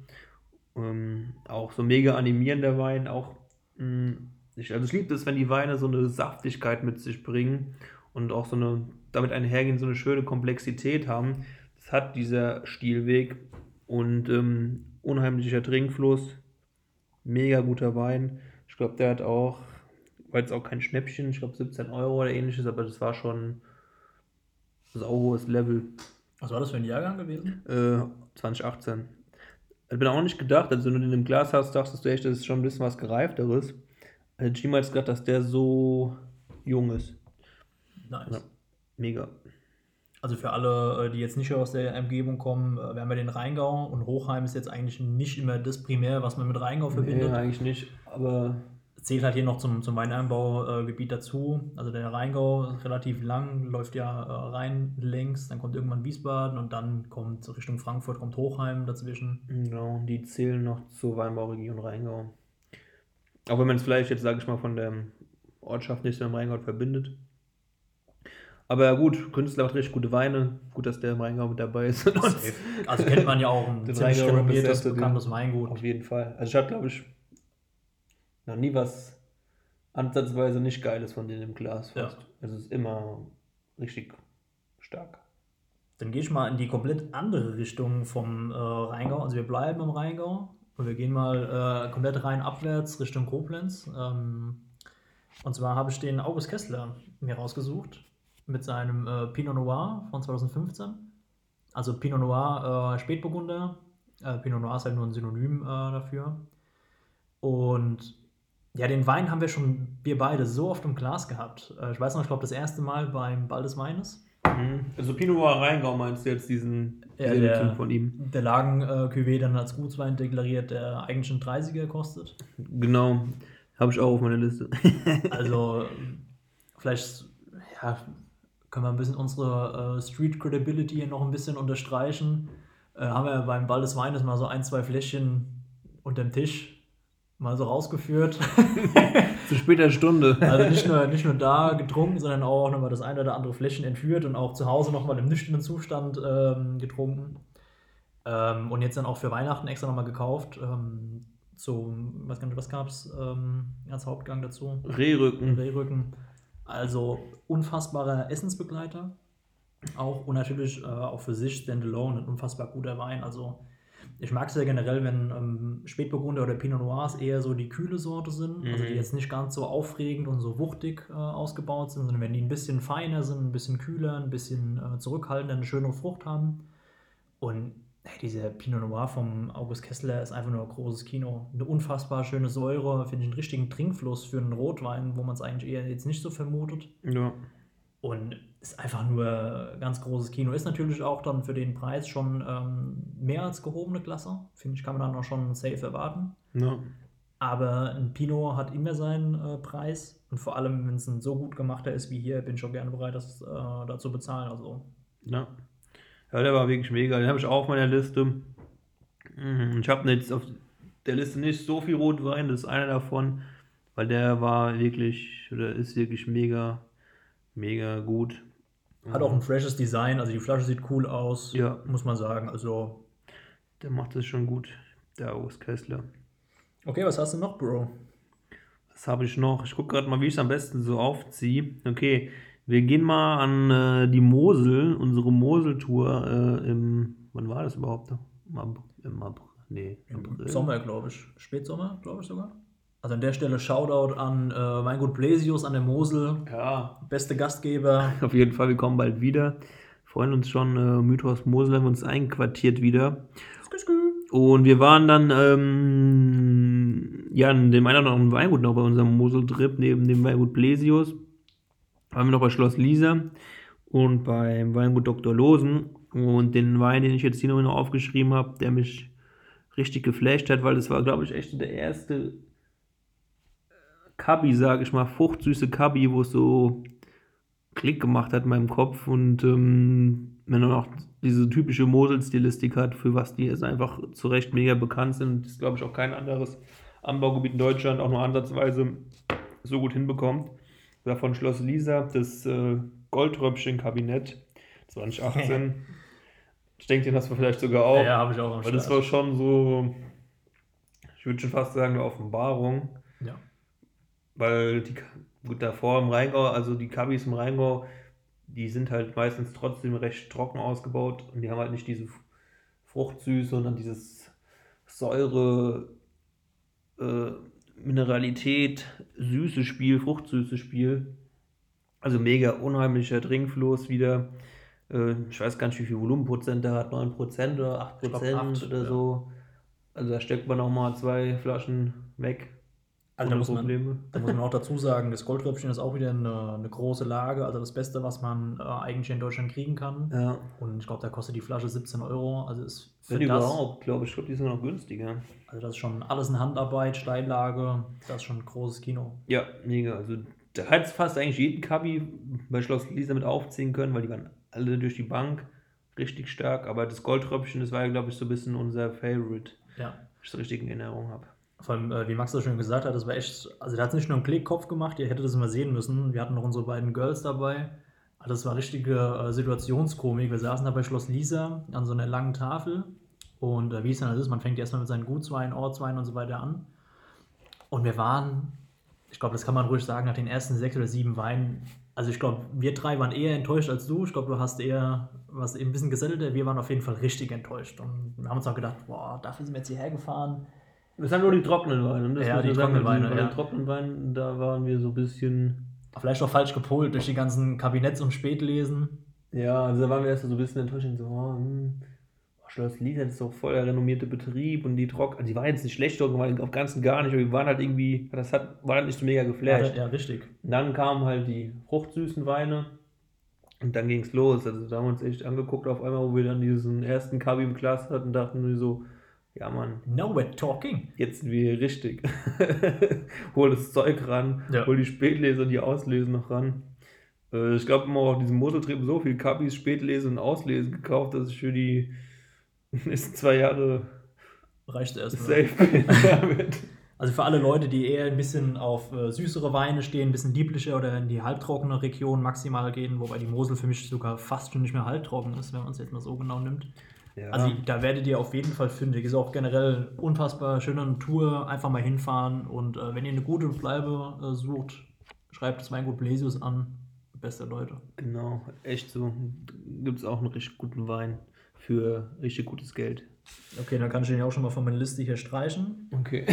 Auch so mega animierender Wein, auch also ich liebe es, wenn die Weine so eine Saftigkeit mit sich bringen und auch so eine, damit einhergehen, so eine schöne Komplexität haben. Das hat dieser Stielweg und unheimlicher Trinkfluss, mega guter Wein. Ich glaube, der hat auch, war jetzt auch kein Schnäppchen, ich glaube 17 Euro oder ähnliches, aber das war schon sauhohes Level. Was war das für ein Jahrgang gewesen? 2018. Ich bin auch nicht gedacht, also wenn du den im Glas hast, dachtest du echt, das ist schon ein bisschen was Gereifteres. Hätte ich niemals gedacht, dass der so jung ist. Nice. Ja, mega. Also für alle, die jetzt nicht aus der Umgebung kommen, wir haben ja den Rheingau und Hochheim ist jetzt eigentlich nicht immer das Primär, was man mit Rheingau verbindet. Nee, eigentlich nicht, aber Es zählt halt hier noch zum Weinanbaugebiet dazu. Also der Rheingau ist relativ lang, läuft ja rein längs, dann kommt irgendwann Wiesbaden und dann kommt Richtung Frankfurt, kommt Hochheim dazwischen. genau, die zählen noch zur Weinbauregion Rheingau. Auch wenn man es vielleicht jetzt, sage ich mal, von der Ortschaft nicht so im Rheingau verbindet. Aber ja, gut, Künstler macht richtig gute Weine. Gut, dass der im Rheingau mit dabei ist. Also kennt man ja auch ein Den ziemlich Rheingau renommiertes, represented, bekanntes Weingut. Auf jeden Fall. Also ich hatte, glaube ich, noch nie was ansatzweise nicht Geiles von denen im Glas fast. Ja. Also es ist immer richtig stark. Dann gehe ich mal in die komplett andere Richtung vom Rheingau. Also wir bleiben im Rheingau und wir gehen mal komplett rein abwärts Richtung Koblenz. Und zwar habe ich den August Kessler mir rausgesucht mit seinem Pinot Noir von 2015. Also Pinot Noir Spätburgunder. Pinot Noir ist halt nur ein Synonym dafür. Und ja, den Wein haben wir beide so oft im Glas gehabt. Ich weiß noch, ich glaube, das erste Mal beim Ball des Weines. Also Pinot Noir Rheingau meinst du jetzt diesen Der von ihm? Der Lagen-Cuvée dann als Gutswein deklariert, der eigentlich einen 30er kostet. Genau, habe ich auch auf meiner Liste. Also vielleicht ja, können wir ein bisschen unsere Street Credibility hier noch ein bisschen unterstreichen. Haben wir beim Ball des Weines mal so ein, zwei Fläschchen unterm Tisch mal so rausgeführt. Zu später Stunde. Also nicht nur da getrunken, sondern auch nochmal das eine oder andere Fläschchen entführt und auch zu Hause nochmal im nüchternen Zustand getrunken. Und jetzt dann auch für Weihnachten extra nochmal gekauft. Weiß gar nicht, was gab es als Hauptgang dazu? Rehrücken. Also unfassbarer Essensbegleiter. Auch und natürlich auch für sich standalone ein unfassbar guter Wein. Also ich mag es ja generell, wenn Spätburgunder oder Pinot Noirs eher so die kühle Sorte sind, also die jetzt nicht ganz so aufregend und so wuchtig ausgebaut sind, sondern wenn die ein bisschen feiner sind, ein bisschen kühler, ein bisschen zurückhaltender, eine schönere Frucht haben. Und hey, dieser Pinot Noir vom August Kessler ist einfach nur ein großes Kino. Eine unfassbar schöne Säure, finde ich einen richtigen Trinkfluss für einen Rotwein, wo man es eigentlich eher jetzt nicht so vermutet. Ja. Und ist einfach nur ganz großes Kino. Ist natürlich auch dann für den Preis schon mehr als gehobene Klasse. Finde ich, kann man dann auch schon safe erwarten. Ja. Aber ein Pinot hat immer seinen Preis. Und vor allem, wenn es ein so gut gemachter ist wie hier, bin ich auch gerne bereit, das dazu bezahlen. Also. Ja. Ja, der war wirklich mega. Den habe ich auch auf meiner Liste. Ich habe jetzt der Liste nicht so viel Rotwein, das ist einer davon, weil der war wirklich, oder ist wirklich mega, mega gut. Hat auch ein freshes Design, also die Flasche sieht cool aus, Ja. muss man sagen. Also, Der macht das schon gut, der August Kessler. okay, was hast du noch, Bro? Was habe ich noch? Ich gucke gerade mal, wie ich es am besten so aufziehe. Okay, wir gehen mal an die Mosel, unsere Moseltour wann war das überhaupt? Im April. Sommer, glaube ich. Spätsommer, glaube ich sogar. Also an der Stelle Shoutout an Weingut Blesius an der Mosel. Ja, Beste Gastgeber. auf jeden Fall, wir kommen bald wieder. Freuen uns schon, Mythos Mosel haben wir uns einquartiert wieder. Und wir waren dann ja, in dem einen oder anderen Weingut noch bei unserem Moseltrip, neben dem Weingut Blesius. Waren wir noch bei Schloss Lisa und beim Weingut Dr. Losen. Und den Wein, den ich jetzt hier noch aufgeschrieben habe, der mich richtig geflasht hat, weil das war, glaube ich, echt der erste Kabi, sage ich mal, fruchtsüße Kabi, wo es so Klick gemacht hat in meinem Kopf und wenn man auch diese typische Mosel-Stilistik hat, für was die jetzt einfach zu Recht mega bekannt sind, das glaube ich auch kein anderes Anbaugebiet in Deutschland auch nur ansatzweise so gut hinbekommt. Das war von Schloss Lisa, das Goldröpfchen-Kabinett 2018. Ich denke, den hast du vielleicht sogar auch. Ja, habe ich auch am Weil das Start. war schon so, ich würde schon fast sagen, eine Offenbarung. Ja. Weil gut, davor im Rheingau, also die Kabis im Rheingau, die sind halt meistens trotzdem recht trocken ausgebaut und die haben halt nicht diese Fruchtsüße, sondern dieses Säure, Mineralität, süße Spiel, fruchtsüße Spiel. Also mega unheimlicher Trinkfluss wieder. Ich weiß gar nicht, wie viel Volumenprozent der hat, 9% oder 8% Ich glaub, 8, oder ja. so. Also da steckt man auch mal 2 Flaschen weg. Also da ohne muss Probleme. Da muss man auch dazu sagen, das Goldröpfchen ist auch wieder eine große Lage, also das Beste, was man eigentlich in Deutschland kriegen kann. Ja. Und ich glaube, da kostet die Flasche 17 Euro. Also ist für Wenn das, überhaupt, glaube ich. Ich glaube, die sind noch günstiger. also das ist schon alles in Handarbeit, Steillage, das ist schon ein großes Kino. Ja, mega. Also da hat es fast eigentlich jeden Kabi bei Schloss Lisa mit aufziehen können, weil die waren alle durch die Bank richtig stark. Aber das Goldtröpfchen, das war ja, glaube ich, so ein bisschen unser Favorite, Ja. wenn ich es richtig in Erinnerung habe. Vor allem, wie Max das schon gesagt hat, das war echt, also der hat nicht nur einen Klickkopf gemacht, ihr hättet das mal sehen müssen. Wir hatten noch unsere beiden Girls dabei. Also das war richtige Situationskomik. Wir saßen da bei Schloss Lisa an so einer langen Tafel. Und wie es dann ist, man fängt erstmal mit seinen Gutsweinen, Ortsweinen und so weiter an. Und wir waren, ich glaube, das kann man ruhig sagen, nach den ersten 6 oder 7 Weinen, also ich glaube, wir 3 waren eher enttäuscht als du. Ich glaube, du hast eher was ein bisschen gesettelter. Wir waren auf jeden Fall richtig enttäuscht. Und wir haben uns auch gedacht, boah, dafür sind wir jetzt hierher gefahren. Das sind nur die trockenen Weine. Ne? Ja, die trockenen Weine, Bei ja. den trockenen Weinen, da waren wir so ein bisschen. Vielleicht auch falsch gepolt durch die ganzen Kabinetts- und Spätlesen. Ja, also da waren wir erst so ein bisschen enttäuscht und so, Schloss Lisa, das ist doch voll der renommierte Betrieb und die trocken, die waren jetzt nicht schlecht trocken, weil auf ganzen gar nicht, aber die waren halt irgendwie, war halt nicht so mega geflasht. Ja, richtig. Und dann kamen halt die fruchtsüßen Weine und dann ging es los. Also da haben wir uns echt angeguckt auf einmal, wo wir dann diesen ersten Kabi im Glas hatten und dachten wir so, ja Mann, Now we're talking. jetzt sind wir hier richtig. Hol das Zeug ran, Ja. hol die Spätlese und die Auslese noch ran. Ich glaube, immer auf diesem Motortrip so viel Kabis, Spätlese und Auslese gekauft, dass ich für die nächsten 2 Jahre Reicht erstmal. safe bin damit. Also für alle Leute, die eher ein bisschen auf süßere Weine stehen, ein bisschen lieblicher oder in die halbtrockene Region maximal gehen, wobei die Mosel für mich sogar fast schon nicht mehr halbtrocken ist, wenn man es jetzt mal so genau nimmt. Ja. Also da werdet ihr auf jeden Fall fündig. Ist auch generell unfassbar schöne Natur. Einfach mal hinfahren und wenn ihr eine gute Bleibe sucht, schreibt das Weingut Blesius an. Beste Leute. Genau, echt so. Gibt es auch einen richtig guten Wein für richtig gutes Geld. Okay, dann kann ich den ja auch schon mal von meiner Liste hier streichen. Okay.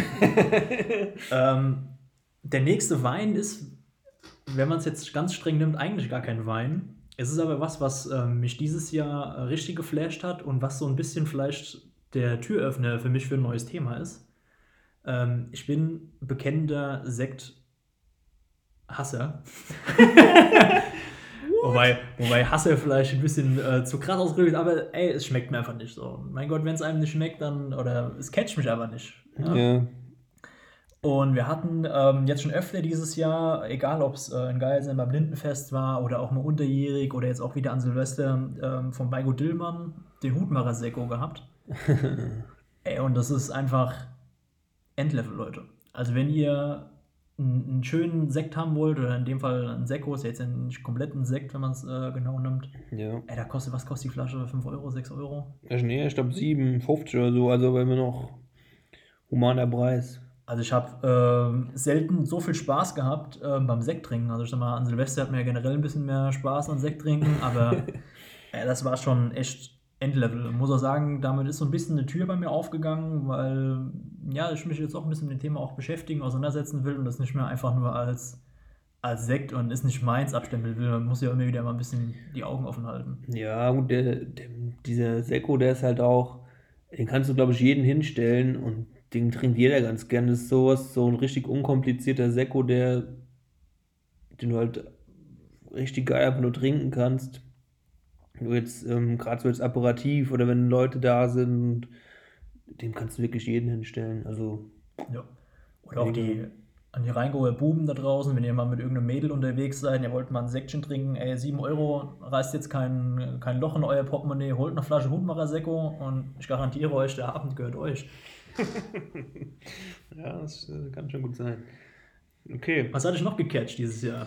Der nächste Wein ist, wenn man es jetzt ganz streng nimmt, eigentlich gar kein Wein. Es ist aber was mich dieses Jahr richtig geflasht hat und was so ein bisschen vielleicht der Türöffner für mich für ein neues Thema ist. Ich bin bekennender Sekt-Hasser. wobei Hasser vielleicht ein bisschen zu krass ausgedrückt, aber ey, es schmeckt mir einfach nicht so. Mein Gott, wenn es einem nicht schmeckt, dann, oder es catcht mich einfach nicht. Ja. Und wir hatten jetzt schon öfter dieses Jahr, egal ob es in Geilsheim beim Blindenfest war oder auch mal unterjährig oder jetzt auch wieder an Silvester von Weingut Dillmann den Hutmacher Sekko gehabt. Ey, und das ist einfach Endlevel, Leute. Also wenn ihr einen schönen Sekt haben wollt, oder in dem Fall ein Sekko, ist ja jetzt nicht komplett ein Sekt, wenn man es genau nimmt. Ja. Ey, was kostet die Flasche? 5 Euro, 6 Euro? Nee, ich glaube 7,50 oder so, also wenn wir noch humaner Preis. Also ich habe selten so viel Spaß gehabt beim Sekttrinken. Also ich sag mal, an Silvester hat man ja generell ein bisschen mehr Spaß an Sekttrinken, aber das war schon echt Endlevel. Ich muss auch sagen, damit ist so ein bisschen eine Tür bei mir aufgegangen, weil ja, ich mich jetzt auch ein bisschen mit dem Thema auch beschäftigen, auseinandersetzen will und das nicht mehr einfach nur als Sekt und ist nicht meins abstempeln will. Man muss ja immer wieder mal ein bisschen die Augen offen halten. Ja, gut, dieser Sekko, der ist halt auch, den kannst du, glaube ich, jeden hinstellen und den trinkt jeder ganz gern. Das ist sowas, so ein richtig unkomplizierter Sekko, den du halt richtig geil einfach nur trinken kannst. Du jetzt, gerade so jetzt Aperitif oder wenn Leute da sind, dem kannst du wirklich jeden hinstellen. Also, Ja. Oder auch an die Rheingoer Buben da draußen, wenn ihr mal mit irgendeinem Mädel unterwegs seid, ihr wollt mal ein Säckchen trinken, ey, 7 Euro, reißt jetzt kein Loch in euer Portemonnaie, holt eine Flasche Hutmacher Sekko und ich garantiere euch, der Abend gehört euch. ja, das kann schon gut sein. Okay. Was hatte ich noch gecatcht dieses Jahr?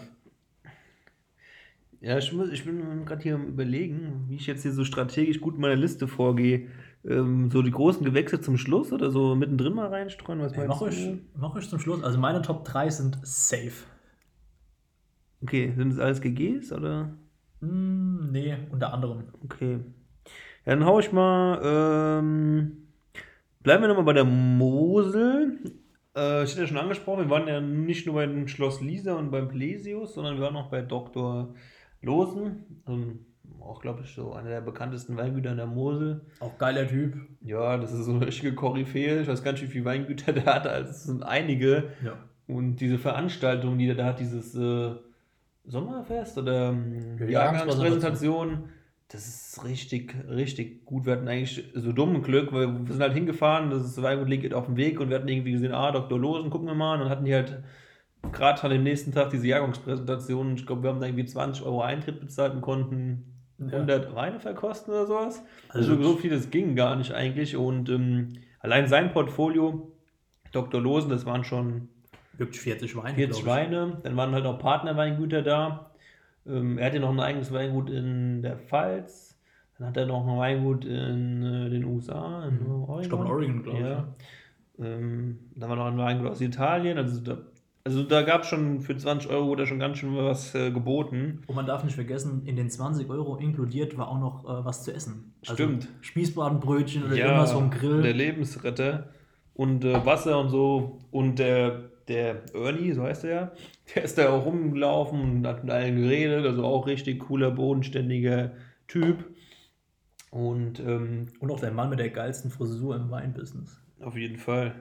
Ja, ich bin gerade hier am Überlegen, wie ich jetzt hier so strategisch gut meine Liste vorgehe. So die großen Gewächse zum Schluss oder so mittendrin mal reinstreuen, was Ey, meinst du? mach ich zum Schluss. Also meine Top 3 sind safe. Okay, sind das alles GGs oder? Nee, unter anderem. Okay. Ja, dann hau ich mal. Bleiben wir nochmal bei der Mosel. Ich hatte ja schon angesprochen, wir waren ja nicht nur beim Schloss Lisa und beim Plesius, sondern wir waren auch bei Dr. Losen. Auch, glaube ich, so einer der bekanntesten Weingüter in der Mosel. Auch geiler Typ. Ja, das ist so eine richtige Koryphäe. Ich weiß gar nicht, wie viele Weingüter der hat. Also es sind einige. Ja. Und diese Veranstaltung, die der da hat, dieses Sommerfest oder Ja, Jahrgangspräsentation, das ist richtig, richtig gut. Wir hatten eigentlich so dummen Glück, weil wir sind halt hingefahren, das Weingut liegt auf dem Weg und wir hatten irgendwie gesehen, Dr. Losen, gucken wir mal. Und dann hatten die halt gerade an dem nächsten Tag diese Jahrgangspräsentation. Ich glaube, wir haben da irgendwie 20 Euro Eintritt bezahlt und konnten 100 Weine verkosten oder sowas. Also so viel, das ging gar nicht eigentlich. Und allein sein Portfolio, Dr. Losen, das waren schon wirklich 40 Weine. 40 Weine. Dann waren halt auch Partnerweingüter da. Er hatte noch ein eigenes Weingut in der Pfalz. Dann hat er noch ein Weingut in den USA, in Oregon. Ich glaube in Oregon, glaube ich. Ja. Dann war noch ein Weingut aus Italien. Also da gab es schon für 20 Euro wurde schon ganz schön was geboten. Und man darf nicht vergessen, in den 20 Euro inkludiert war auch noch was zu essen. Stimmt. Also Spießbratenbrötchen oder irgendwas vom Grill. Der Lebensretter. Und Wasser und so. Und der Ernie, so heißt er, der ist da auch rumgelaufen und hat mit allen geredet. Also auch richtig cooler, bodenständiger Typ. Und auch der Mann mit der geilsten Frisur im Weinbusiness. Auf jeden Fall.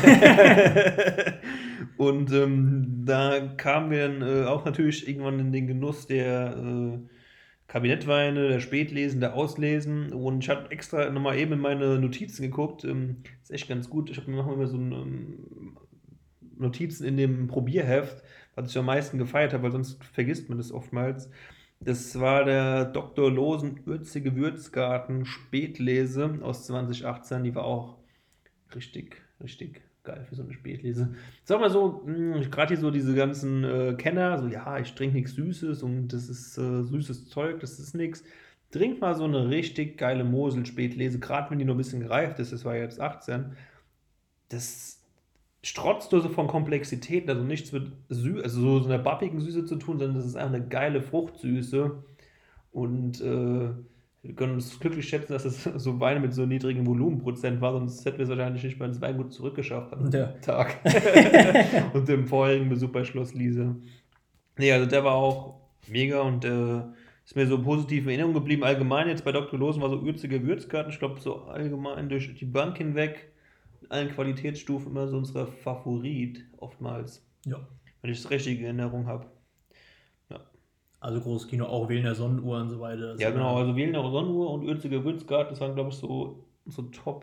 Und da kamen wir dann auch natürlich irgendwann in den Genuss der Kabinettweine, der Spätlesen, der Auslesen. Und ich habe extra nochmal eben in meine Notizen geguckt. Ist echt ganz gut. Wir machen immer so Notizen in dem Probierheft, was ich am meisten gefeiert habe, weil sonst vergisst man das oftmals. Das war der Dr. Losen Ürzige Würzgarten Spätlese aus 2018. Die war auch richtig, richtig geil für so eine Spätlese. Sag mal so, gerade hier so diese ganzen Kenner, so ja, ich trinke nichts Süßes und das ist süßes Zeug, das ist nichts. Trink mal so eine richtig geile Mosel-Spätlese, gerade wenn die noch ein bisschen gereift ist, das war jetzt 18. Das strotzt nur so von Komplexität, also nichts mit also so einer babbigen Süße zu tun, sondern das ist einfach eine geile Fruchtsüße. Und wir können uns glücklich schätzen, dass es so Weine mit so niedrigem Volumenprozent war, sonst hätten wir es wahrscheinlich nicht mal ins Weingut zurückgeschafft am Tag. Und dem vorherigen Besuch bei Schloss Liese. Nee, also der war auch mega und ist mir so positiv in Erinnerung geblieben. Allgemein jetzt bei Dr. Losen war so Ürzige Würzgarten, ich glaube so allgemein durch die Bank hinweg, in allen Qualitätsstufen immer so unser Favorit oftmals. Ja. Wenn ich das richtige Erinnerung habe. Also großes Kino, auch Wählner Sonnenuhr und so weiter. Ja, genau, also Wählner Sonnenuhr und Ürzige Würzgarten, das waren, glaube ich, so top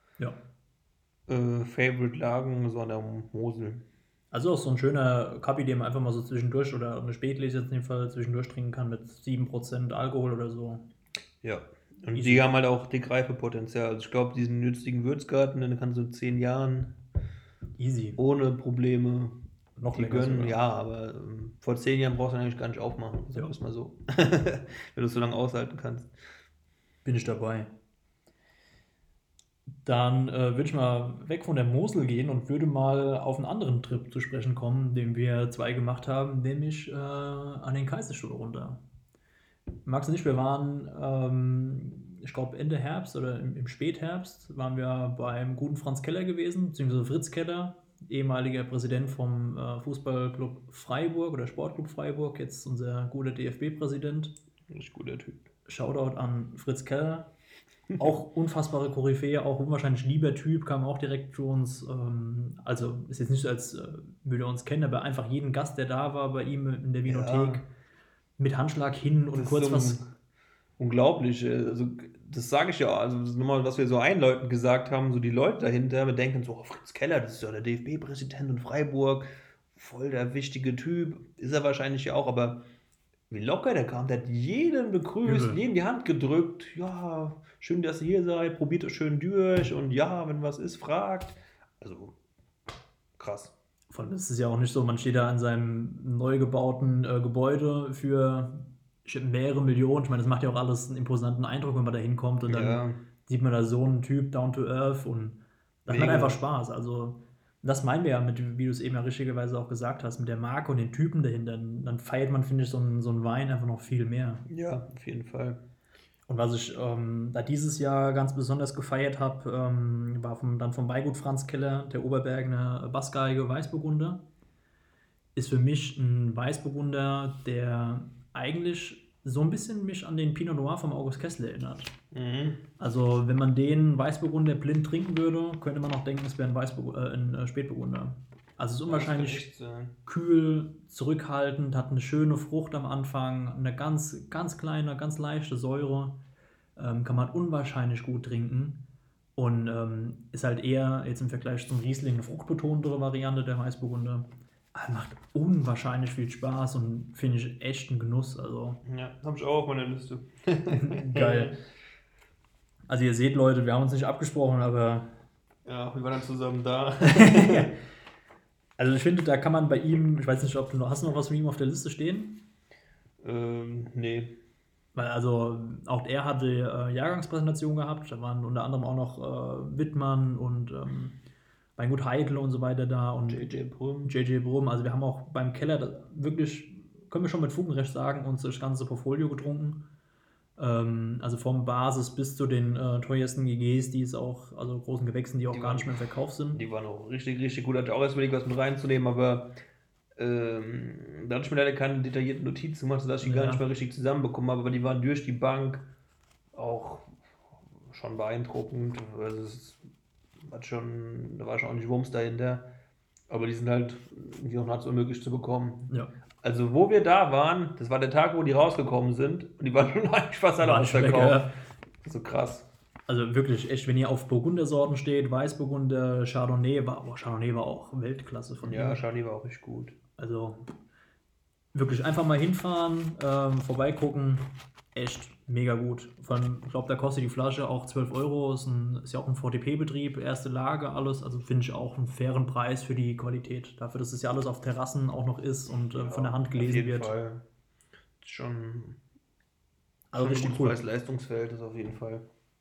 Favorite-Lagen so an der Mosel. Also auch so ein schöner Kaffee, den man einfach mal so zwischendurch oder eine Spätlese jetzt in dem Fall zwischendurch trinken kann mit 7% Alkohol oder so. Ja, und die haben halt auch dick Reifepotenzial. Also ich glaube, diesen Ürzige Würzgarten, den kannst du in 10 Jahren Easy. ohne Probleme. Noch Die länger gönnen, sogar. ja, aber vor 10 Jahren brauchst du eigentlich gar nicht aufmachen. Sagen wir es mal so. Wenn du es so lange aushalten kannst. Bin ich dabei. Dann würde ich mal weg von der Mosel gehen und würde mal auf einen anderen Trip zu sprechen kommen, den wir 2 gemacht haben, nämlich an den Kaiserstuhl runter. Max und ich, wir waren, ich glaube Ende Herbst oder im Spätherbst, waren wir beim guten Franz Keller gewesen, beziehungsweise Fritz Keller, ehemaliger Präsident vom Fußballclub Freiburg oder Sportclub Freiburg, jetzt unser guter DFB-Präsident. Richtig guter Typ. Shoutout an Fritz Keller. Auch unfassbare Koryphäe, auch unwahrscheinlich lieber Typ, kam auch direkt zu uns. Also ist jetzt nicht so, als würde er uns kennen, aber einfach jeden Gast, der da war bei ihm in der Vinothek, mit Handschlag hin und Das kurz ist so was. unglaublich. Also, das sage ich ja, also das ist nochmal, was wir so Einleuten gesagt haben, so die Leute dahinter, wir denken so, oh, Fritz Keller, das ist ja der DFB-Präsident in Freiburg, voll der wichtige Typ, ist er wahrscheinlich ja auch, aber wie locker der kam, der hat jeden begrüßt, Übel. jedem die Hand gedrückt, ja, schön, dass ihr hier seid, probiert es schön durch und ja, wenn was ist, fragt. Also, krass. Von es ist ja auch nicht so, man steht da an seinem neu gebauten Gebäude für mehrere Millionen. Ich meine, das macht ja auch alles einen imposanten Eindruck, wenn man da hinkommt und dann Ja, sieht man da so einen Typ down to earth und das macht mega. einfach Spaß. Also, das meinen wir ja mit, wie du es eben ja richtigerweise auch gesagt hast, mit der Marke und den Typen dahinter. Dann feiert man, finde ich, so einen Wein einfach noch viel mehr. Ja, auf jeden Fall. Und was ich da dieses Jahr ganz besonders gefeiert habe, war dann vom Weingut Franz Keller, der Oberbergner Bassgeige Weißburgunder. Ist für mich ein Weißburgunder, der eigentlich so ein bisschen mich an den Pinot Noir vom August Kessler erinnert. Mhm. Also wenn man den Weißburgunder blind trinken würde, könnte man auch denken, es wäre ein Spätburgunder. Also es ist unwahrscheinlich kühl, zurückhaltend, hat eine schöne Frucht am Anfang, eine ganz, ganz kleine, ganz leichte Säure, kann man unwahrscheinlich gut trinken und ist halt eher jetzt im Vergleich zum Riesling eine fruchtbetontere Variante der Weißburgunder. Aber macht unwahrscheinlich viel Spaß und finde ich echt ein Genuss. Also Ja, habe ich auch auf meiner Liste. geil. Also ihr seht Leute, wir haben uns nicht abgesprochen, aber Ja, wir waren dann zusammen da. also ich finde, da kann man bei ihm, ich weiß nicht, ob du hast noch was von ihm auf der Liste stehen? Nee. Weil also auch er hatte Jahrgangspräsentation gehabt, da waren unter anderem auch noch Wittmann und Weingut Heidel und so weiter da und JJ Brüm. JJ Brum. Also wir haben auch beim Keller wirklich, können wir schon mit Fug und Recht sagen, uns das ganze Portfolio getrunken. Also vom Basis bis zu den teuersten GGs, die es auch, also großen Gewächsen, die auch gar nicht mehr im Verkauf sind. Die waren auch richtig, richtig gut. Hatte auch erst überlegt, was mit reinzunehmen, aber da hatte ich mir leider keine detaillierten Notizen gemacht, sodass ich die gar nicht mehr richtig zusammenbekommen habe, aber die waren durch die Bank auch schon beeindruckend. Also da war schon ordentlich Wumms dahinter. Aber die sind halt irgendwie noch nahezu unmöglich zu bekommen. Ja. Also wo wir da waren, das war der Tag, wo die rausgekommen sind und die waren schon eigentlich fast alle ausverkauft. So krass. Also wirklich, echt, wenn ihr auf Burgundersorten steht, Weißburgunder, Chardonnay war auch Weltklasse von Ja, ihm. Chardonnay war auch richtig gut. Also wirklich einfach mal hinfahren, vorbeigucken, echt mega gut. Ich glaube, da kostet die Flasche auch 12 Euro, ist ja auch ein VDP-Betrieb, erste Lage, alles. Also finde ich auch einen fairen Preis für die Qualität. Dafür, dass es ja alles auf Terrassen auch noch ist und von der Hand gelesen wird. Fall. Schon Also richtig cool. Preis-Leistungsverhältnis auf jeden Fall.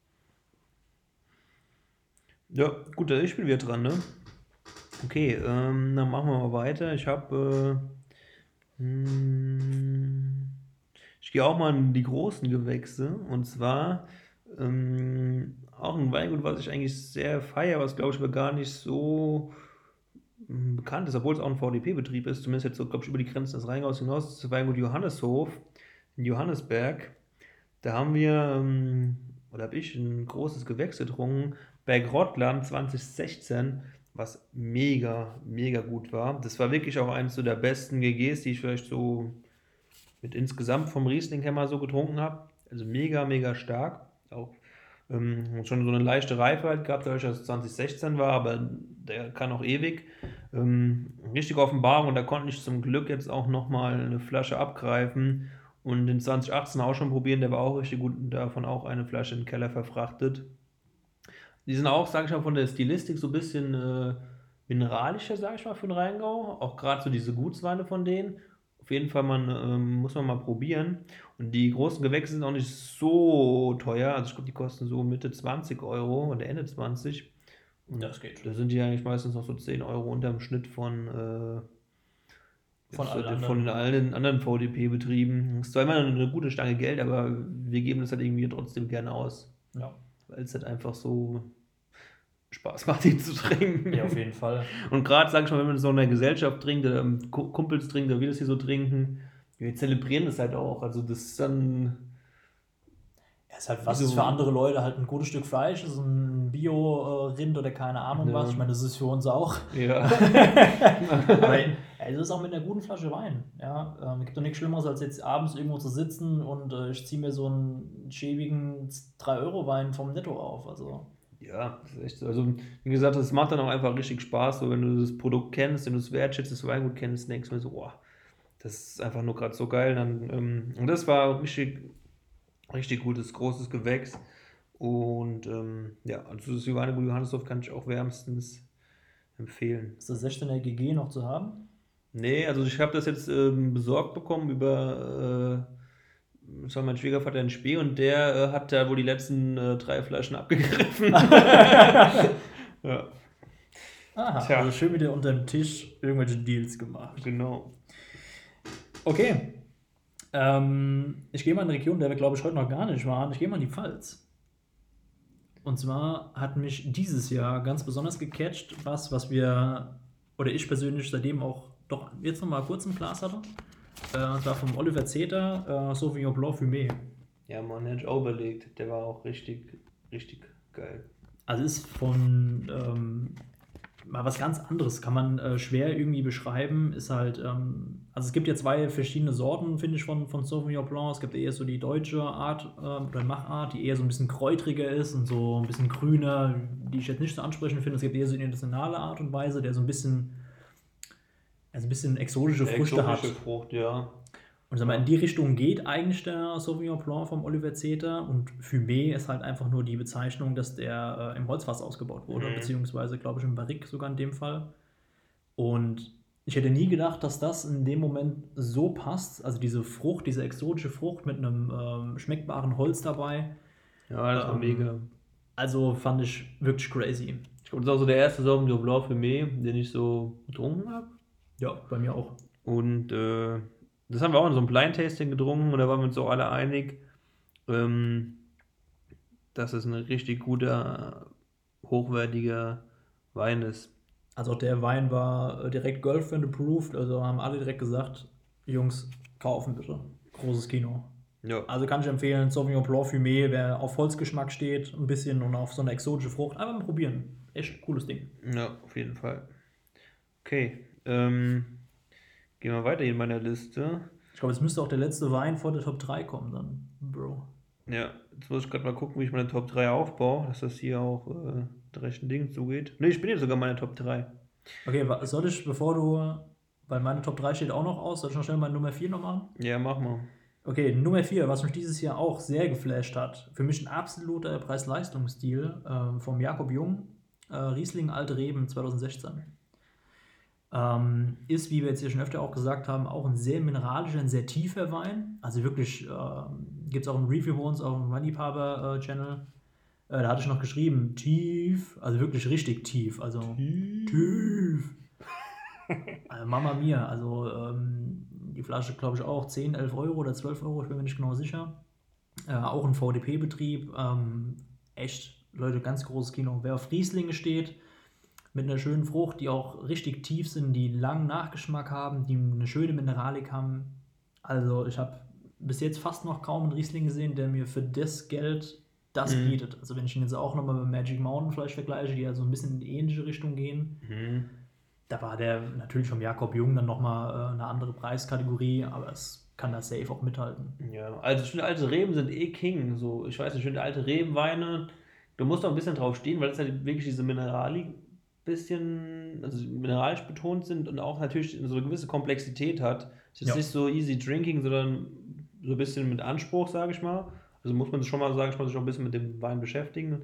Ja, gut, ich bin wieder dran, ne? Okay, dann machen wir mal weiter. Ich gehe auch mal in die großen Gewächse und zwar auch ein Weingut, was ich eigentlich sehr feiere, was glaube ich aber gar nicht so bekannt ist, obwohl es auch ein VDP-Betrieb ist, zumindest jetzt so, glaube ich, über die Grenzen des Rheingaus hinaus, das ist das Weingut Johanneshof in Johannesberg. Da haben wir, oder habe ich ein großes Gewächs getrunken, Bergrottland 2016, was mega, mega gut war. Das war wirklich auch eines so der besten GGs, die ich vielleicht so mit insgesamt vom Riesling her mal so getrunken habe. Also mega, mega stark. Auch schon so eine leichte Reife halt gehabt, dadurch, dass es 2016 war, aber der kann auch ewig. Richtig Offenbarung und da konnte ich zum Glück jetzt auch nochmal eine Flasche abgreifen und in 2018 auch schon probieren, der war auch richtig gut und davon auch eine Flasche in den Keller verfrachtet. Die sind auch, sage ich mal, von der Stilistik so ein bisschen mineralischer, sage ich mal, für den Rheingau. Auch gerade so diese Gutsweine von denen. Auf jeden Fall muss man mal probieren. Und die großen Gewächse sind auch nicht so teuer. Also ich glaube, die kosten so Mitte 20 Euro oder Ende 20. Und Das geht. da sind die eigentlich meistens noch so 10 Euro unterm Schnitt von allen anderen VDP-Betrieben. Das ist zwar immer eine gute Stange Geld, aber wir geben das halt irgendwie trotzdem gerne aus. Ja. Weil es halt einfach so Spaß macht, die zu trinken. Ja, auf jeden Fall. Und gerade, sag ich mal, wenn man so in der Gesellschaft trinkt, oder Kumpels trinkt, oder wir das hier so trinken, wir zelebrieren das halt auch. Also das ist dann... Ja, ist halt, was ist für andere Leute halt ein gutes Stück Fleisch, ist ein Bio-Rind oder keine Ahnung was. Ich meine, das ist für uns auch. Ja. Aber es ist auch mit einer guten Flasche Wein. Ja, es gibt doch nichts Schlimmeres, als jetzt abends irgendwo zu sitzen und ich ziehe mir so einen schäbigen 3-Euro-Wein vom Netto auf. Also. Ja, das ist echt so. Also, wie gesagt, das macht dann auch einfach richtig Spaß, so wenn du das Produkt kennst, wenn du es wertschätzt, das Weingut kennst, denkst du mir so, boah, das ist einfach nur gerade so geil. Und das war richtig gutes, großes Gewächs. Und ja, also das Weingut Johannesdorf kann ich auch wärmstens empfehlen. Ist das 16er GG noch zu haben? Nee, also ich habe das jetzt besorgt bekommen über, das war mein Schwiegervater in Spee und der hat da wohl die letzten 3 Flaschen abgegriffen. Ja. Aha, Tja. also schön wieder unter dem Tisch irgendwelche Deals gemacht. Genau. Okay. Ich gehe mal in eine Region, der wir, glaube ich, heute noch gar nicht waren. Ich gehe mal in die Pfalz. Und zwar hat mich dieses Jahr ganz besonders gecatcht, was wir, oder ich persönlich seitdem auch doch jetzt noch mal kurz im Glas hatte. Und zwar vom Oliver Zeter, Sauvignon Blanc Fumé. Ja, man, hätte ich auch überlegt. Der war auch richtig, richtig geil. Also ist von mal was ganz anderes, kann man schwer irgendwie beschreiben. Ist halt, also es gibt ja 2 verschiedene Sorten, finde ich, von Sauvignon Blanc. Es gibt eher so die deutsche Art oder Machart, die eher so ein bisschen kräutriger ist und so ein bisschen grüner, die ich jetzt nicht so ansprechend finde. Es gibt eher so die internationale Art und Weise, der so ein bisschen exotische Früchte hat. Exotische Frucht, ja. Und sag mal, in die Richtung geht eigentlich der Sauvignon Blanc vom Oliver Zeter und Fumé ist halt einfach nur die Bezeichnung, dass der im Holzfass ausgebaut wurde, beziehungsweise, glaube ich, im Barrique sogar in dem Fall. Und ich hätte nie gedacht, dass das in dem Moment so passt, also diese Frucht, diese exotische Frucht mit einem schmeckbaren Holz dabei. Ja, das war mega. Also fand ich wirklich crazy. Ich glaube, das ist auch so der erste Sauvignon Blanc für mich, den ich so getrunken habe. Ja, bei mir auch. Und das haben wir auch in so einem Blind Tasting getrunken und da waren wir uns auch alle einig, dass es ein richtig guter, hochwertiger Wein ist. Also der Wein war direkt Girlfriend approved, also haben alle direkt gesagt, Jungs, kaufen bitte. Großes Kino. Ja. Also kann ich empfehlen, Sauvignon Blanc Fumé, wer auf Holzgeschmack steht, ein bisschen und auf so eine exotische Frucht, einfach mal probieren. Echt cooles Ding. Ja, auf jeden Fall. Okay, gehen wir weiter in meiner Liste. Ich glaube, jetzt müsste auch der letzte Wein vor der Top 3 kommen dann, Bro. Ja, jetzt muss ich gerade mal gucken, wie ich meine Top 3 aufbaue, dass das hier auch der rechten Ding zugeht. Ne, ich bin jetzt sogar meine Top 3. Okay, soll ich, weil meine Top 3 steht auch noch aus, soll ich noch schnell meine Nummer 4 noch machen? Ja, mach mal. Okay, Nummer 4, was mich dieses Jahr auch sehr geflasht hat. Für mich ein absoluter Preis-Leistungs-Stil vom Jakob Jung, Riesling Alte Reben 2016. Ist, wie wir jetzt hier schon öfter auch gesagt haben, auch ein sehr mineralischer, ein sehr tiefer Wein. Also wirklich, gibt es auch ein Review bei uns auf dem Weinliebhaber-Channel. Da hatte ich noch geschrieben, tief, also wirklich richtig tief. Also tief. Also Mama Mia, also die Flasche glaube ich auch 10, 11 Euro oder 12 Euro, ich bin mir nicht genau sicher. Auch ein VDP-Betrieb. Echt, Leute, ganz großes Kino. Wer auf Rieslinge steht, mit einer schönen Frucht, die auch richtig tief sind, die langen Nachgeschmack haben, die eine schöne Mineralik haben. Also ich habe bis jetzt fast noch kaum einen Riesling gesehen, der mir für das Geld das bietet. Also wenn ich ihn jetzt auch nochmal mit Magic Mountain vielleicht vergleiche, die ja so ein bisschen in die ähnliche Richtung gehen, da war der natürlich vom Jakob Jung dann nochmal eine andere Preiskategorie, aber es kann das safe auch mithalten. Ja, also ich finde, alte Reben sind eh King. So, ich weiß nicht, ich finde alte Rebenweine, du musst auch ein bisschen drauf stehen, weil es halt wirklich diese Mineralik bisschen, also mineralisch betont sind und auch natürlich so eine gewisse Komplexität hat. Es ist nicht so easy drinking, sondern so ein bisschen mit Anspruch, sage ich mal. Also muss man schon mal, sage ich mal, sich auch ein bisschen mit dem Wein beschäftigen. Und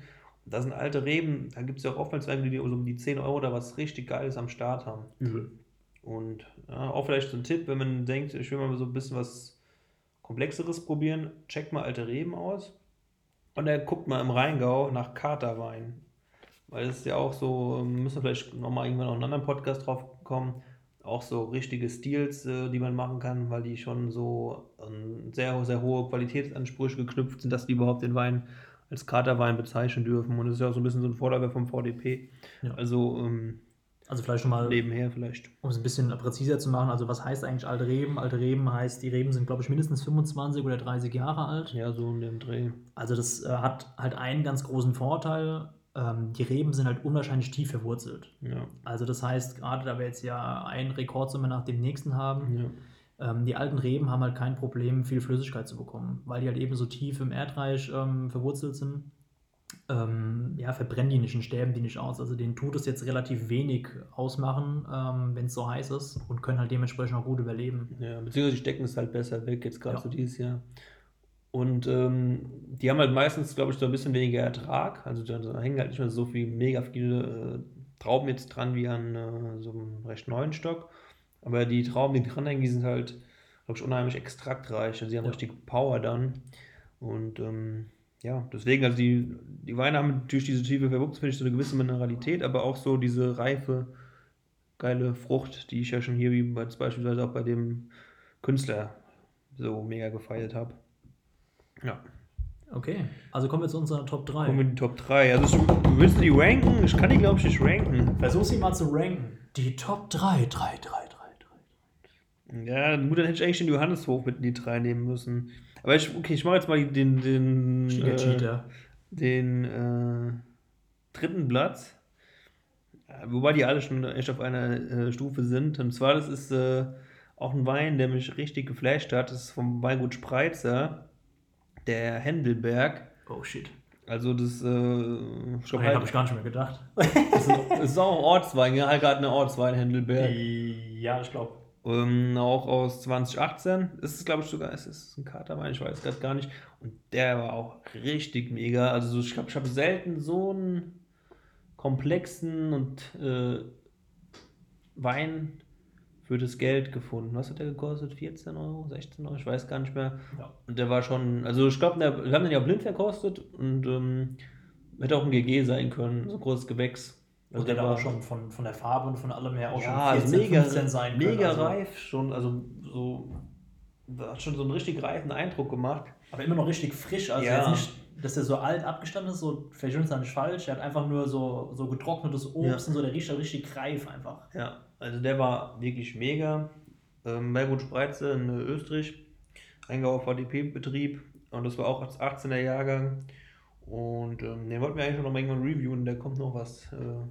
Das sind alte Reben, da gibt es ja auch oftmals Weine, die so um die 10 Euro da was richtig Geiles am Start haben. Übel. Und ja, auch vielleicht so ein Tipp, wenn man denkt, ich will mal so ein bisschen was Komplexeres probieren, checkt mal alte Reben aus und dann guckt mal im Rheingau nach Katerwein. Weil es ist ja auch so, müssen wir vielleicht nochmal irgendwann noch einen anderen Podcast drauf kommen, auch so richtige Stils, die man machen kann, weil die schon so sehr, sehr hohe Qualitätsansprüche geknüpft sind, dass die überhaupt den Wein als Katerwein bezeichnen dürfen. Und das ist ja auch so ein bisschen so ein Vorlage vom VDP. Ja. Also Also vielleicht schon mal, nebenher vielleicht. um es ein bisschen präziser zu machen, also was heißt eigentlich alte Reben? Alte Reben heißt, die Reben sind, glaube ich, mindestens 25 oder 30 Jahre alt. Ja, so in dem Dreh. Also das hat halt einen ganz großen Vorteil. Die Reben sind halt unwahrscheinlich tief verwurzelt. Ja. Also das heißt, gerade da wir jetzt ja einen Rekordsommer nach dem nächsten haben, die alten Reben haben halt kein Problem, viel Flüssigkeit zu bekommen, weil die halt eben so tief im Erdreich verwurzelt sind. Verbrennen die nicht und sterben die nicht aus. Also denen tut es jetzt relativ wenig ausmachen, wenn es so heiß ist, und können halt dementsprechend auch gut überleben. Ja, beziehungsweise die stecken es halt besser weg, jetzt gerade Ja. so dieses Jahr. Und die haben halt meistens, glaube ich, so ein bisschen weniger Ertrag. Also da hängen halt nicht mehr so mega viele Trauben jetzt dran wie an so einem recht neuen Stock. Aber die Trauben, die dranhängen, die sind halt, glaube ich, unheimlich extraktreich. Also die haben Ja. richtig Power dann. Und deswegen, also die Weine haben durch diese tiefe Verwuchs, finde ich, so eine gewisse Mineralität, aber auch so diese reife, geile Frucht, die ich ja schon hier, wie beispielsweise auch bei dem Künstler, so mega gefeiert habe. Ja. Okay, also kommen wir zu unserer Top 3. Kommen wir in die Top 3. Also willst du die ranken? Ich kann die, glaube ich, nicht ranken. Versuch sie mal zu ranken. Die Top 3. Ja, gut, dann hätte ich eigentlich den Johanneshof mit in die 3 nehmen müssen. Aber ich mache jetzt mal den Cheater. dritten Platz. Wobei die alle schon echt auf einer Stufe sind. Und zwar, das ist auch ein Wein, der mich richtig geflasht hat. Das ist vom Weingut Spreitzer, der Händelberg. Oh shit. Also das, ich Den glaube, habe ich gar nicht mehr gedacht. es ist auch ein Ortswein, ja, halt gerade eine Ortswein, Händelberg. Ja, ich glaube. Auch aus 2018. Es ist, glaube ich, sogar, es ist ein Katerwein, ich weiß gerade gar nicht. Und der war auch richtig mega. Also ich glaube, ich habe selten so einen komplexen und Wein für das Geld gefunden. Was hat der gekostet? 14 Euro, 16 Euro? Ich weiß gar nicht mehr. Ja. Und der war schon, also ich glaube, wir haben den ja blind verkostet und hätte auch ein GG sein können, so ein großes Gewächs. Also der da auch schon von der Farbe und von allem her auch ja, schon 14, mega, 15 sein können. mega also, reif schon, also so, hat schon so einen richtig reifen Eindruck gemacht. aber immer noch richtig frisch. Also Ja. jetzt nicht, dass der so alt abgestanden ist, so verstehen uns da nicht falsch. Er hat einfach nur so getrocknetes Obst und so, der riecht halt richtig reif einfach. Ja, also der war wirklich mega. Weingut Spreitzer in Österreich, Rheingauer VDP-Betrieb, und das war auch als 18er Jahrgang. Und den wollten wir eigentlich noch mal irgendwann reviewen, da kommt noch was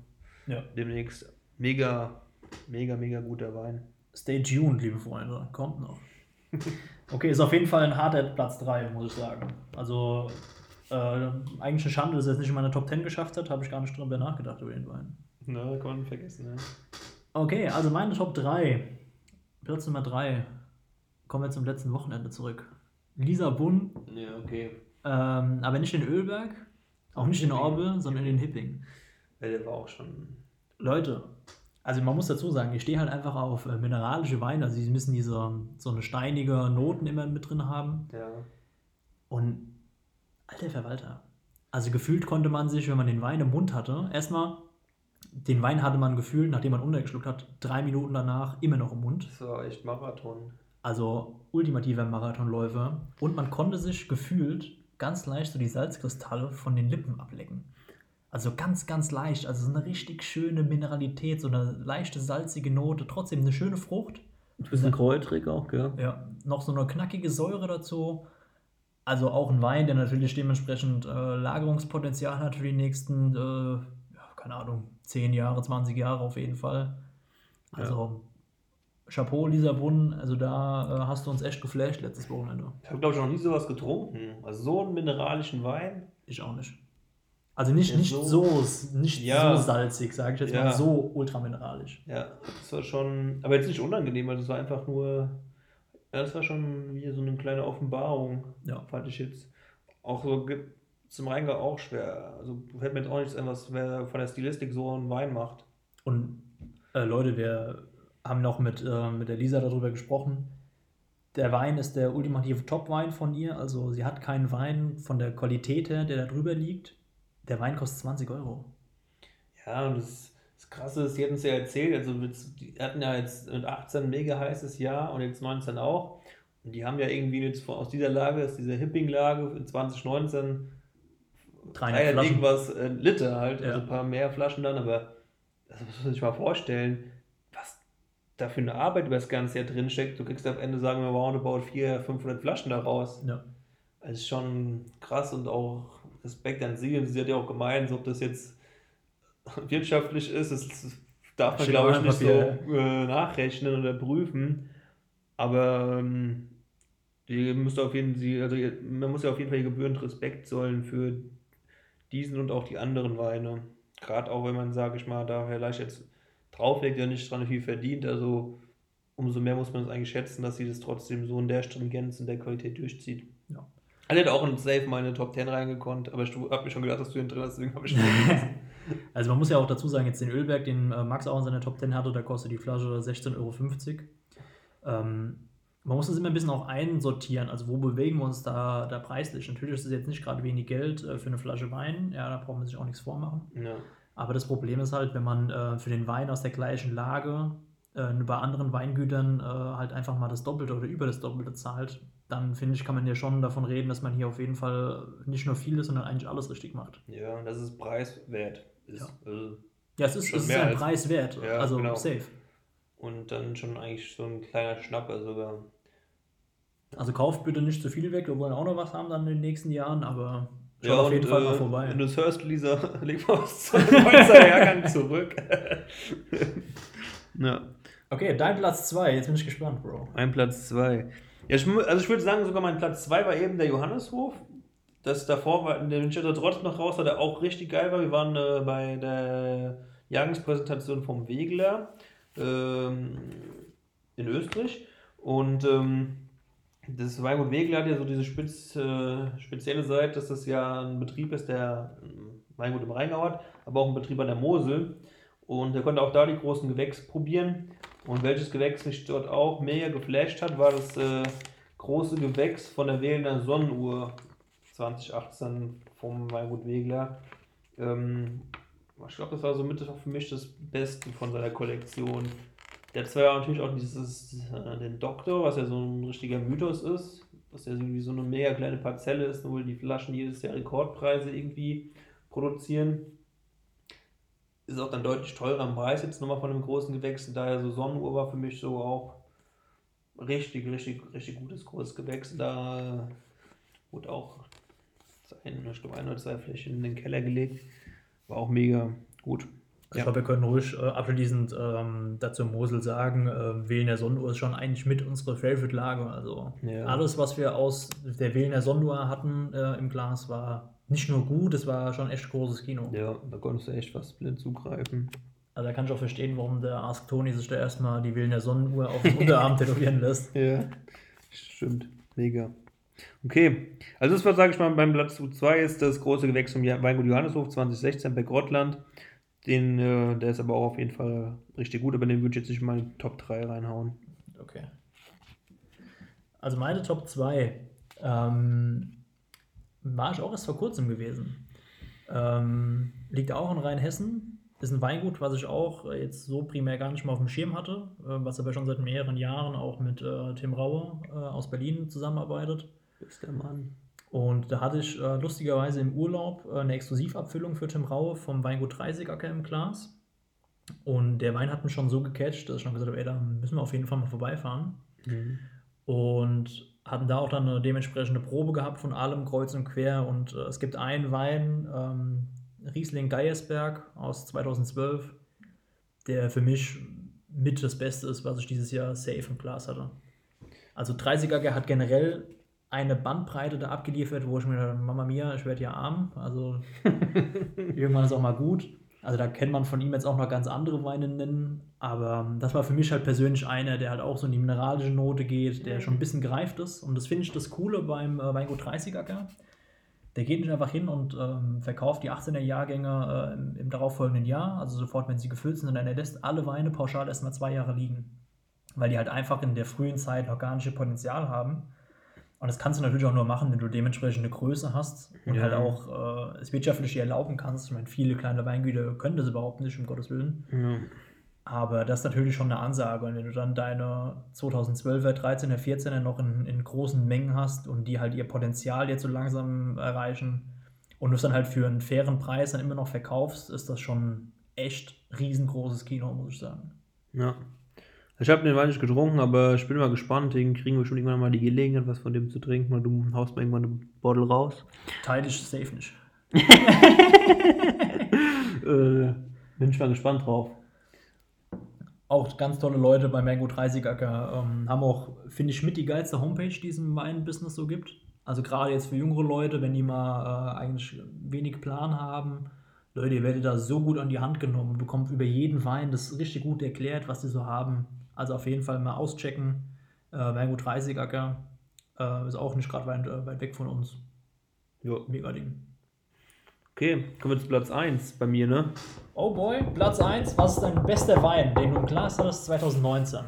demnächst. Mega, mega, mega guter Wein. Stay tuned, liebe Freunde. Kommt noch. Okay, ist auf jeden Fall ein harter Platz 3, muss ich sagen. Also eigentlich eine Schande, dass er es nicht in meine Top 10 geschafft hat. Habe ich gar nicht drüber nachgedacht über den Wein. Na, kann man vergessen, ja. Okay, also meine Top 3. Platz Nummer 3. Kommen wir zum letzten Wochenende zurück. Lissabon, Ja, okay. aber nicht in Ölberg, auch nicht in Orbel, sondern in Hipping. Ja, der war auch schon. Leute, also man muss dazu sagen, ich stehe halt einfach auf mineralische Weine, also die müssen so eine steinige Noten immer mit drin haben. Ja. Und alter Verwalter, also gefühlt konnte man sich, wenn man den Wein im Mund hatte, erstmal, den Wein hatte man gefühlt, nachdem man untergeschluckt hat, 3 Minuten danach immer noch im Mund. Das war echt Marathon. Also ultimativer Marathonläufer. Und man konnte sich gefühlt ganz leicht so die Salzkristalle von den Lippen ablecken. Also ganz, ganz leicht. Also so eine richtig schöne Mineralität, so eine leichte salzige Note, trotzdem eine schöne Frucht. Ein bisschen kräutrig auch, gell? Ja, noch so eine knackige Säure dazu. Also auch ein Wein, der natürlich dementsprechend Lagerungspotenzial hat für die nächsten, keine Ahnung, 10 Jahre, 20 Jahre auf jeden Fall. Also Chapeau, Lissabon, also da hast du uns echt geflasht letztes Wochenende. Ich habe, glaube ich, noch nie sowas getrunken. Also so einen mineralischen Wein. Ich auch nicht. Also nicht so salzig, sage ich jetzt mal, so ultramineralisch. Ja, das war schon, aber jetzt nicht unangenehm, also es war einfach nur, ja, das war schon wie so eine kleine Offenbarung, fand ich jetzt. Auch so zum Rheingau auch schwer. Also fällt mir jetzt auch nichts ein, wer von der Stilistik so einen Wein macht. Und Leute, wir haben noch mit der Lisa darüber gesprochen. Der Wein ist der ultimative Top-Wein von ihr. Also sie hat keinen Wein von der Qualität her, der da drüber liegt. Der Wein kostet 20 Euro. Ja, und das Krasse ist, sie hatten es ja erzählt, also die hatten ja jetzt mit 18 mega heißes Jahr und jetzt 19 auch. Und die haben ja irgendwie jetzt aus dieser Lage, aus dieser Hipping-Lage in 2019 300 Flaschen. irgendwas Liter halt, Ja. also ein paar mehr Flaschen dann, aber das muss man sich mal vorstellen, was da für eine Arbeit über das ganze Jahr drin steckt. Du kriegst am Ende, sagen wir, roundabout 400-500 Flaschen da raus. Ja. Das ist schon krass und auch Respekt an sie. Und sie hat ja auch gemeint, ob das jetzt wirtschaftlich ist, das darf man, Steht glaube auch ich, im nicht so Papier. nachrechnen oder prüfen. Aber die müsste auf jeden Fall, also man muss ja auf jeden Fall gebührend Respekt zollen für diesen und auch die anderen Weine. Gerade auch wenn man, sage ich mal, da vielleicht jetzt drauflegt, ja nicht dran viel verdient. Also umso mehr muss man es eigentlich schätzen, dass sie das trotzdem so in der Stringenz, in der Qualität durchzieht. Ja. Also hätte auch in Safe meine Top 10 reingekonnt, aber ich habe mir schon gedacht, dass du ihn drin hast, deswegen habe ich ihn vergessen. Also man muss ja auch dazu sagen, jetzt den Ölberg, den Max auch in seiner Top 10 hatte, da kostet die Flasche 16,50 Euro. Man muss das immer ein bisschen auch einsortieren, also wo bewegen wir uns da preislich. Natürlich ist es jetzt nicht gerade wenig Geld für eine Flasche Wein, ja, da braucht man sich auch nichts vormachen. Ja. Aber das Problem ist halt, wenn man für den Wein aus der gleichen Lage bei anderen Weingütern halt einfach mal das Doppelte oder über das Doppelte zahlt, dann finde ich, kann man ja schon davon reden, dass man hier auf jeden Fall nicht nur vieles, sondern eigentlich alles richtig macht. Ja, und das ist preiswert. Ja. Also, Ja, es ist schon ein mehr als- Preis wert, Ja, also genau. safe. und dann schon eigentlich so ein kleiner Schnapper sogar. Also kauft bitte nicht zu viel weg, wir wollen auch noch was haben dann in den nächsten Jahren, aber schaut Ja, auf jeden und, Fall mal vorbei. Wenn du es hörst, Lisa, leg mal was zum 19er Jahrgang zurück. Ja, Okay, dein Platz 2, jetzt bin ich gespannt, Bro. mein Platz 2. Ja, ich würde sagen, sogar mein Platz 2 war eben der Johanneshof. Das davor war, den steht da trotzdem noch raus, weil der auch richtig geil war. Wir waren bei der Jahrgangspräsentation vom Wegeler in Österreich. Und das Weingut Wegeler hat ja so diese spezielle Seite, dass das ja ein Betrieb ist, der Weingut im Rheingau hat, aber auch ein Betrieb an der Mosel. Und er konnte auch da die großen Gewächse probieren. Und welches Gewächs mich dort auch mega geflasht hat, war das große Gewächs von der Wählender Sonnenuhr 2018 vom Weingut Wegeler. Ich glaube, das war so mit für mich das Beste von seiner Kollektion. Der hat zwar natürlich auch den Doktor, was ja so ein richtiger Mythos ist, was ja irgendwie so eine mega kleine Parzelle ist, wo die Flaschen jedes Jahr Rekordpreise irgendwie produzieren. Ist auch dann deutlich teurer am Preis jetzt nochmal von einem großen Gewächs. Daher so Sonnenuhr war für mich so auch richtig gutes großes Gewächs. Da wurde auch ein oder zwei Flächen in den Keller gelegt. War auch mega gut. Ich glaube, wir können ruhig abschließend dazu Mosel sagen, Wählener Sonnenuhr ist schon eigentlich mit unserer Favorite-Lage. Also Ja. alles, was wir aus der Wählener Sonnenuhr hatten im Glas, war nicht nur gut, es war schon echt großes Kino. Ja, da konntest du echt fast blind zugreifen. Also da kann ich auch verstehen, warum der Ask Tony sich da erstmal die Wählener Sonnenuhr auf dem Unterarm tätowieren lässt. Ja, stimmt. Mega. Okay, also das war, sage ich mal, beim Platz 2 ist das große Gewächs vom Weingut Johanneshof 2016 bei Grottland. Der ist aber auch auf jeden Fall richtig gut, aber den würde ich jetzt nicht mal in die Top 3 reinhauen. Okay. Also meine Top 2 war ich auch erst vor kurzem gewesen. Liegt auch in Rheinhessen. Ist ein Weingut, was ich auch jetzt so primär gar nicht mal auf dem Schirm hatte, was aber schon seit mehreren Jahren auch mit Tim Raue aus Berlin zusammenarbeitet. Ist der Mann. Und da hatte ich lustigerweise im Urlaub eine Exklusivabfüllung für Tim Raue vom Weingut 30acker im Glas. Und der Wein hat mich schon so gecatcht, dass ich schon gesagt habe, ey, da müssen wir auf jeden Fall mal vorbeifahren. Mhm. Und hatten da auch dann eine dementsprechende Probe gehabt von allem kreuz und quer. Und es gibt einen Wein, Riesling Geiersberg aus 2012, der für mich mit das Beste ist, was ich dieses Jahr safe im Glas hatte. Also 30er hat generell eine Bandbreite da abgeliefert, wo ich mir dachte, Mama Mia, ich werde ja arm. Also irgendwann ist auch mal gut. Also da kann man von ihm jetzt auch noch ganz andere Weine nennen, aber das war für mich halt persönlich einer, der halt auch so in die mineralische Note geht, der schon ein bisschen gereift ist. Und das finde ich das Coole beim Weingut 30acker. Der geht nicht einfach hin und verkauft die 18er Jahrgänge im darauffolgenden Jahr, also sofort, wenn sie gefüllt sind, sondern er lässt alle Weine pauschal erstmal 2 Jahre liegen, weil die halt einfach in der frühen Zeit organische Potenzial haben. Und das kannst du natürlich auch nur machen, wenn du dementsprechend eine Größe hast und halt auch es wirtschaftlich dir erlauben kannst. Ich meine, viele kleine Weingüter können das überhaupt nicht, um Gottes Willen. Ja. Aber das ist natürlich schon eine Ansage. Und wenn du dann deine 2012er, 13er, 14er noch in großen Mengen hast und die halt ihr Potenzial jetzt so langsam erreichen und du es dann halt für einen fairen Preis dann immer noch verkaufst, ist das schon echt riesengroßes Kino, muss ich sagen. Ja. Ich habe den Wein nicht getrunken, aber ich bin mal gespannt. Den kriegen wir schon irgendwann mal die Gelegenheit, was von dem zu trinken. Oder du haust mal irgendwann eine Bottle raus. Teil ich safe nicht. Bin ich mal gespannt drauf. Auch ganz tolle Leute bei Mango 30er haben auch, finde ich, mit die geilste Homepage, die es im Weinbusiness so gibt. Also gerade jetzt für jüngere Leute, wenn die mal eigentlich wenig Plan haben. Leute, ihr werdet da so gut an die Hand genommen. Du bekommst über jeden Wein das richtig gut erklärt, was die so haben. Also auf jeden Fall mal auschecken. Mango 30er ist auch nicht gerade weit weg von uns. Jo. Mega Ding. Okay, kommen wir zu Platz 1 bei mir, ne? Oh boy, Platz 1. Was ist dein bester Wein, den du im Glas hattest 2019?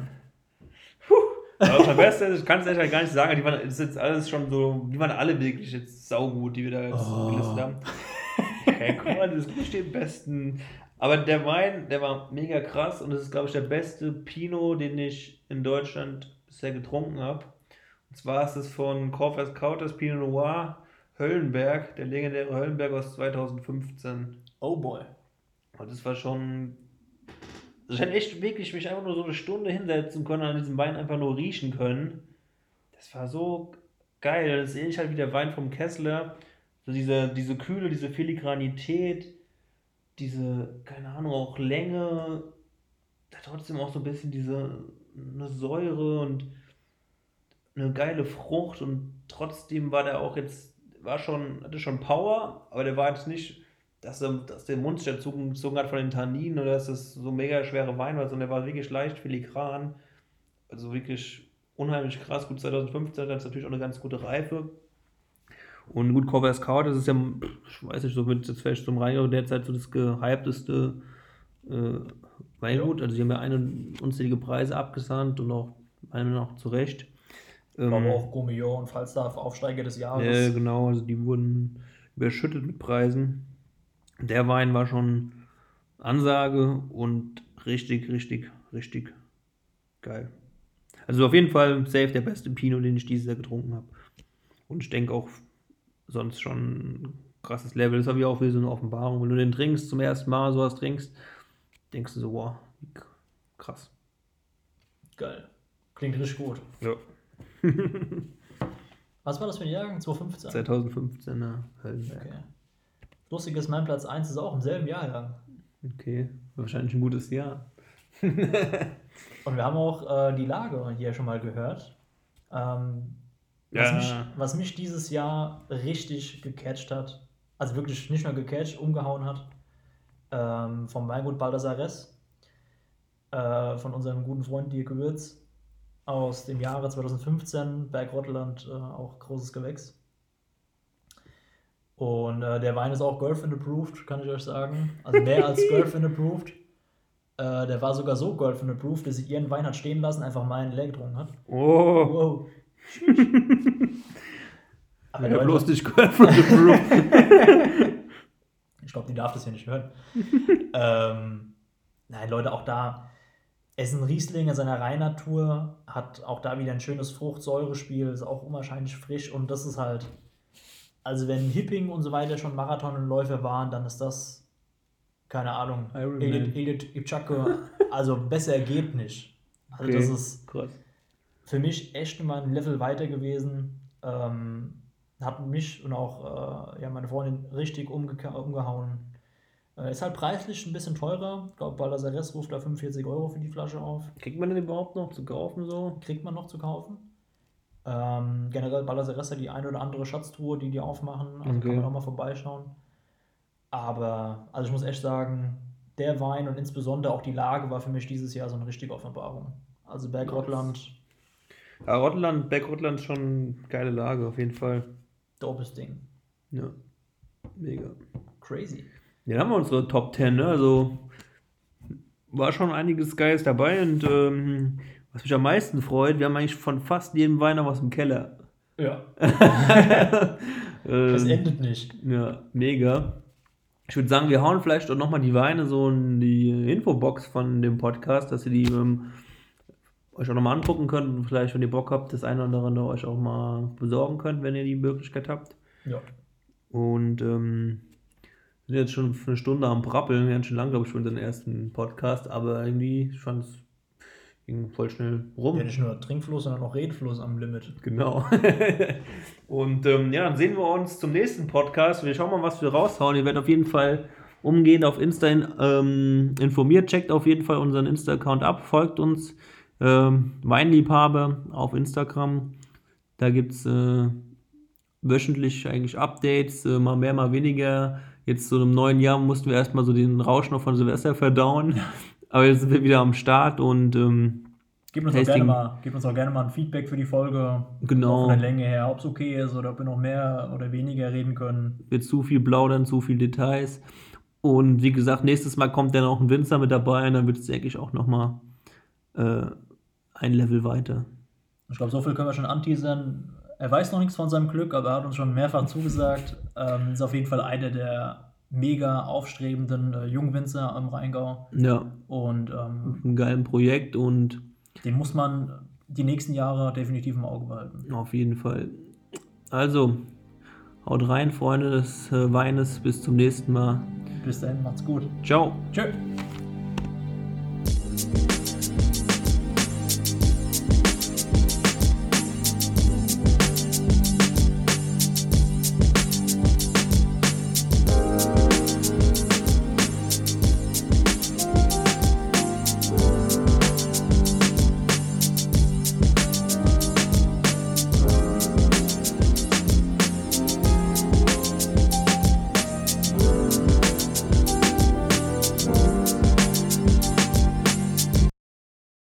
Aber der beste, ich kann es echt gar nicht sagen, die waren, das ist jetzt alles schon so, die waren alle wirklich jetzt saugut, die wir da jetzt gelistet haben. Okay, guck mal, das ist nicht den besten. Aber der Wein, der war mega krass und das ist, glaube ich, der beste Pinot, den ich in Deutschland bisher getrunken habe. Und zwar ist es von Corvus Cauters Pinot Noir Höllenberg, der legendäre Höllenberg aus 2015. Oh boy. Und das war schon. Also ich hätte echt wirklich mich einfach nur so eine Stunde hinsetzen können und an diesem Wein einfach nur riechen können. Das war so geil. Das ist ähnlich halt wie der Wein vom Kessler. So diese Kühle, diese Filigranität, diese, keine Ahnung, auch Länge, da trotzdem auch so ein bisschen eine Säure und eine geile Frucht und trotzdem war der auch jetzt, hatte schon Power, aber der war jetzt nicht, dass der Mund sich gezogen hat von den Tanninen oder dass das so mega schwere Wein war, sondern der war wirklich leicht filigran, also wirklich unheimlich krass. Gut, 2015 hat er natürlich auch eine ganz gute Reife. Und gut, Corvus Scout, das ist ja, ich weiß nicht, so mit jetzt vielleicht zum Rheingau derzeit so das gehypteste Weingut. Also, sie haben ja unzählige Preise abgesandt und auch meiner Meinung nach zu Recht. Aber auch Gourmillon und Falstaff Aufsteiger des Jahres. Ja, genau, also die wurden überschüttet mit Preisen. Der Wein war schon Ansage und richtig, richtig, richtig geil. Also auf jeden Fall safe der beste Pinot, den ich dieses Jahr getrunken habe. Und ich denke auch sonst schon ein krasses Level. Das habe ich auch wieder so eine Offenbarung. Wenn du den trinkst, zum ersten Mal sowas trinkst, denkst du so, wow, krass. Geil. Klingt richtig gut. Ja. Was war das für ein Jahrgang? 2015? 2015er Höllenberg. Okay. Lustig ist, mein Platz 1 ist auch im selben Jahrgang. Okay, wahrscheinlich ein gutes Jahr. Und wir haben auch die Lage hier schon mal gehört. Was mich dieses Jahr richtig gecatcht hat, also wirklich nicht nur gecatcht, umgehauen hat, vom Weingut Baldasares, von unserem guten Freund Dirk Gewürz, aus dem Jahre 2015, Bergrotteland, auch großes Gewächs. Und der Wein ist auch Girlfriend approved, kann ich euch sagen. Also mehr als Girlfriend approved. Der war sogar so Girlfriend approved, dass sie ihren Wein hat stehen lassen, einfach meinen leer getrunken hat. Oh. Wow. Aber ja, Leute, bloß nicht Girlfriend approved. Ich glaube, die darf das hier nicht hören. Nein, Leute, auch da, es ist ein Riesling in seiner Reinnatur, hat auch da wieder ein schönes Frucht-Säurespiel, ist auch unwahrscheinlich frisch und das ist halt, also wenn Hipping und so weiter schon Marathonläufer waren, dann ist das, keine Ahnung, Elliot Ipchako, also besser geht nicht. Also Okay, das ist krass. für mich echt mal ein Level weiter gewesen, hat mich und auch meine Freundin richtig umgehauen. Ist halt preislich ein bisschen teurer. Ich glaube, Baldasares ruft da 45 € für die Flasche auf. Kriegt man den überhaupt noch zu kaufen so? Kriegt man noch zu kaufen. Generell Baldasares hat die eine oder andere Schatztruhe, die aufmachen. Also kann man auch mal vorbeischauen. Aber, also ich muss echt sagen, der Wein und insbesondere auch die Lage war für mich dieses Jahr so eine richtige Offenbarung. Also Bergrotteland. Ja, Bergrotteland ist schon eine geile Lage, auf jeden Fall. Dopes Ding. Ja, mega. Crazy. Ja, dann haben wir unsere Top 10, ne? Also war schon einiges Geiles dabei und was mich am meisten freut, wir haben eigentlich von fast jedem Wein noch was im Keller. Ja. Es endet nicht. Ja, mega. Ich würde sagen, wir hauen vielleicht auch nochmal die Weine so in die Infobox von dem Podcast, dass ihr die euch auch nochmal angucken könnt und vielleicht, wenn ihr Bock habt, das eine oder andere euch auch mal besorgen könnt, wenn ihr die Möglichkeit habt. Ja. Und sind jetzt schon für eine Stunde am Brappeln, ganz schön lang, glaube ich, für unseren ersten Podcast, aber irgendwie, ich fand es ging voll schnell rum. Ja, nicht nur Trinkfluss, sondern auch Redfluss am Limit. Genau. Und ja, dann sehen wir uns zum nächsten Podcast. Wir schauen mal, was wir raushauen. Ihr werdet auf jeden Fall umgehend auf Insta informiert. Checkt auf jeden Fall unseren Insta-Account ab. Folgt uns. Weinliebhaber auf Instagram. Da gibt es wöchentlich eigentlich Updates. Mal mehr, mal weniger. Jetzt so im neuen Jahr mussten wir erstmal so den Rausch noch von Silvester verdauen. Aber jetzt sind wir wieder am Start und Gebt uns auch gerne mal ein Feedback für die Folge. Genau. Auch von der Länge her, ob es okay ist oder ob wir noch mehr oder weniger reden können. Wird zu viel plaudern, zu viel Details. Und wie gesagt, nächstes Mal kommt dann auch ein Winzer mit dabei und dann wird es, denke ich, auch nochmal ein Level weiter. Ich glaube, so viel können wir schon anteasern. Er weiß noch nichts von seinem Glück, aber er hat uns schon mehrfach zugesagt. Ist auf jeden Fall einer der mega aufstrebenden Jungwinzer am Rheingau. Ja. Und ein geiles Projekt und den muss man die nächsten Jahre definitiv im Auge behalten. Auf jeden Fall. Also, haut rein, Freunde des Weines. Bis zum nächsten Mal. Bis dahin, macht's gut. Ciao. Tschö.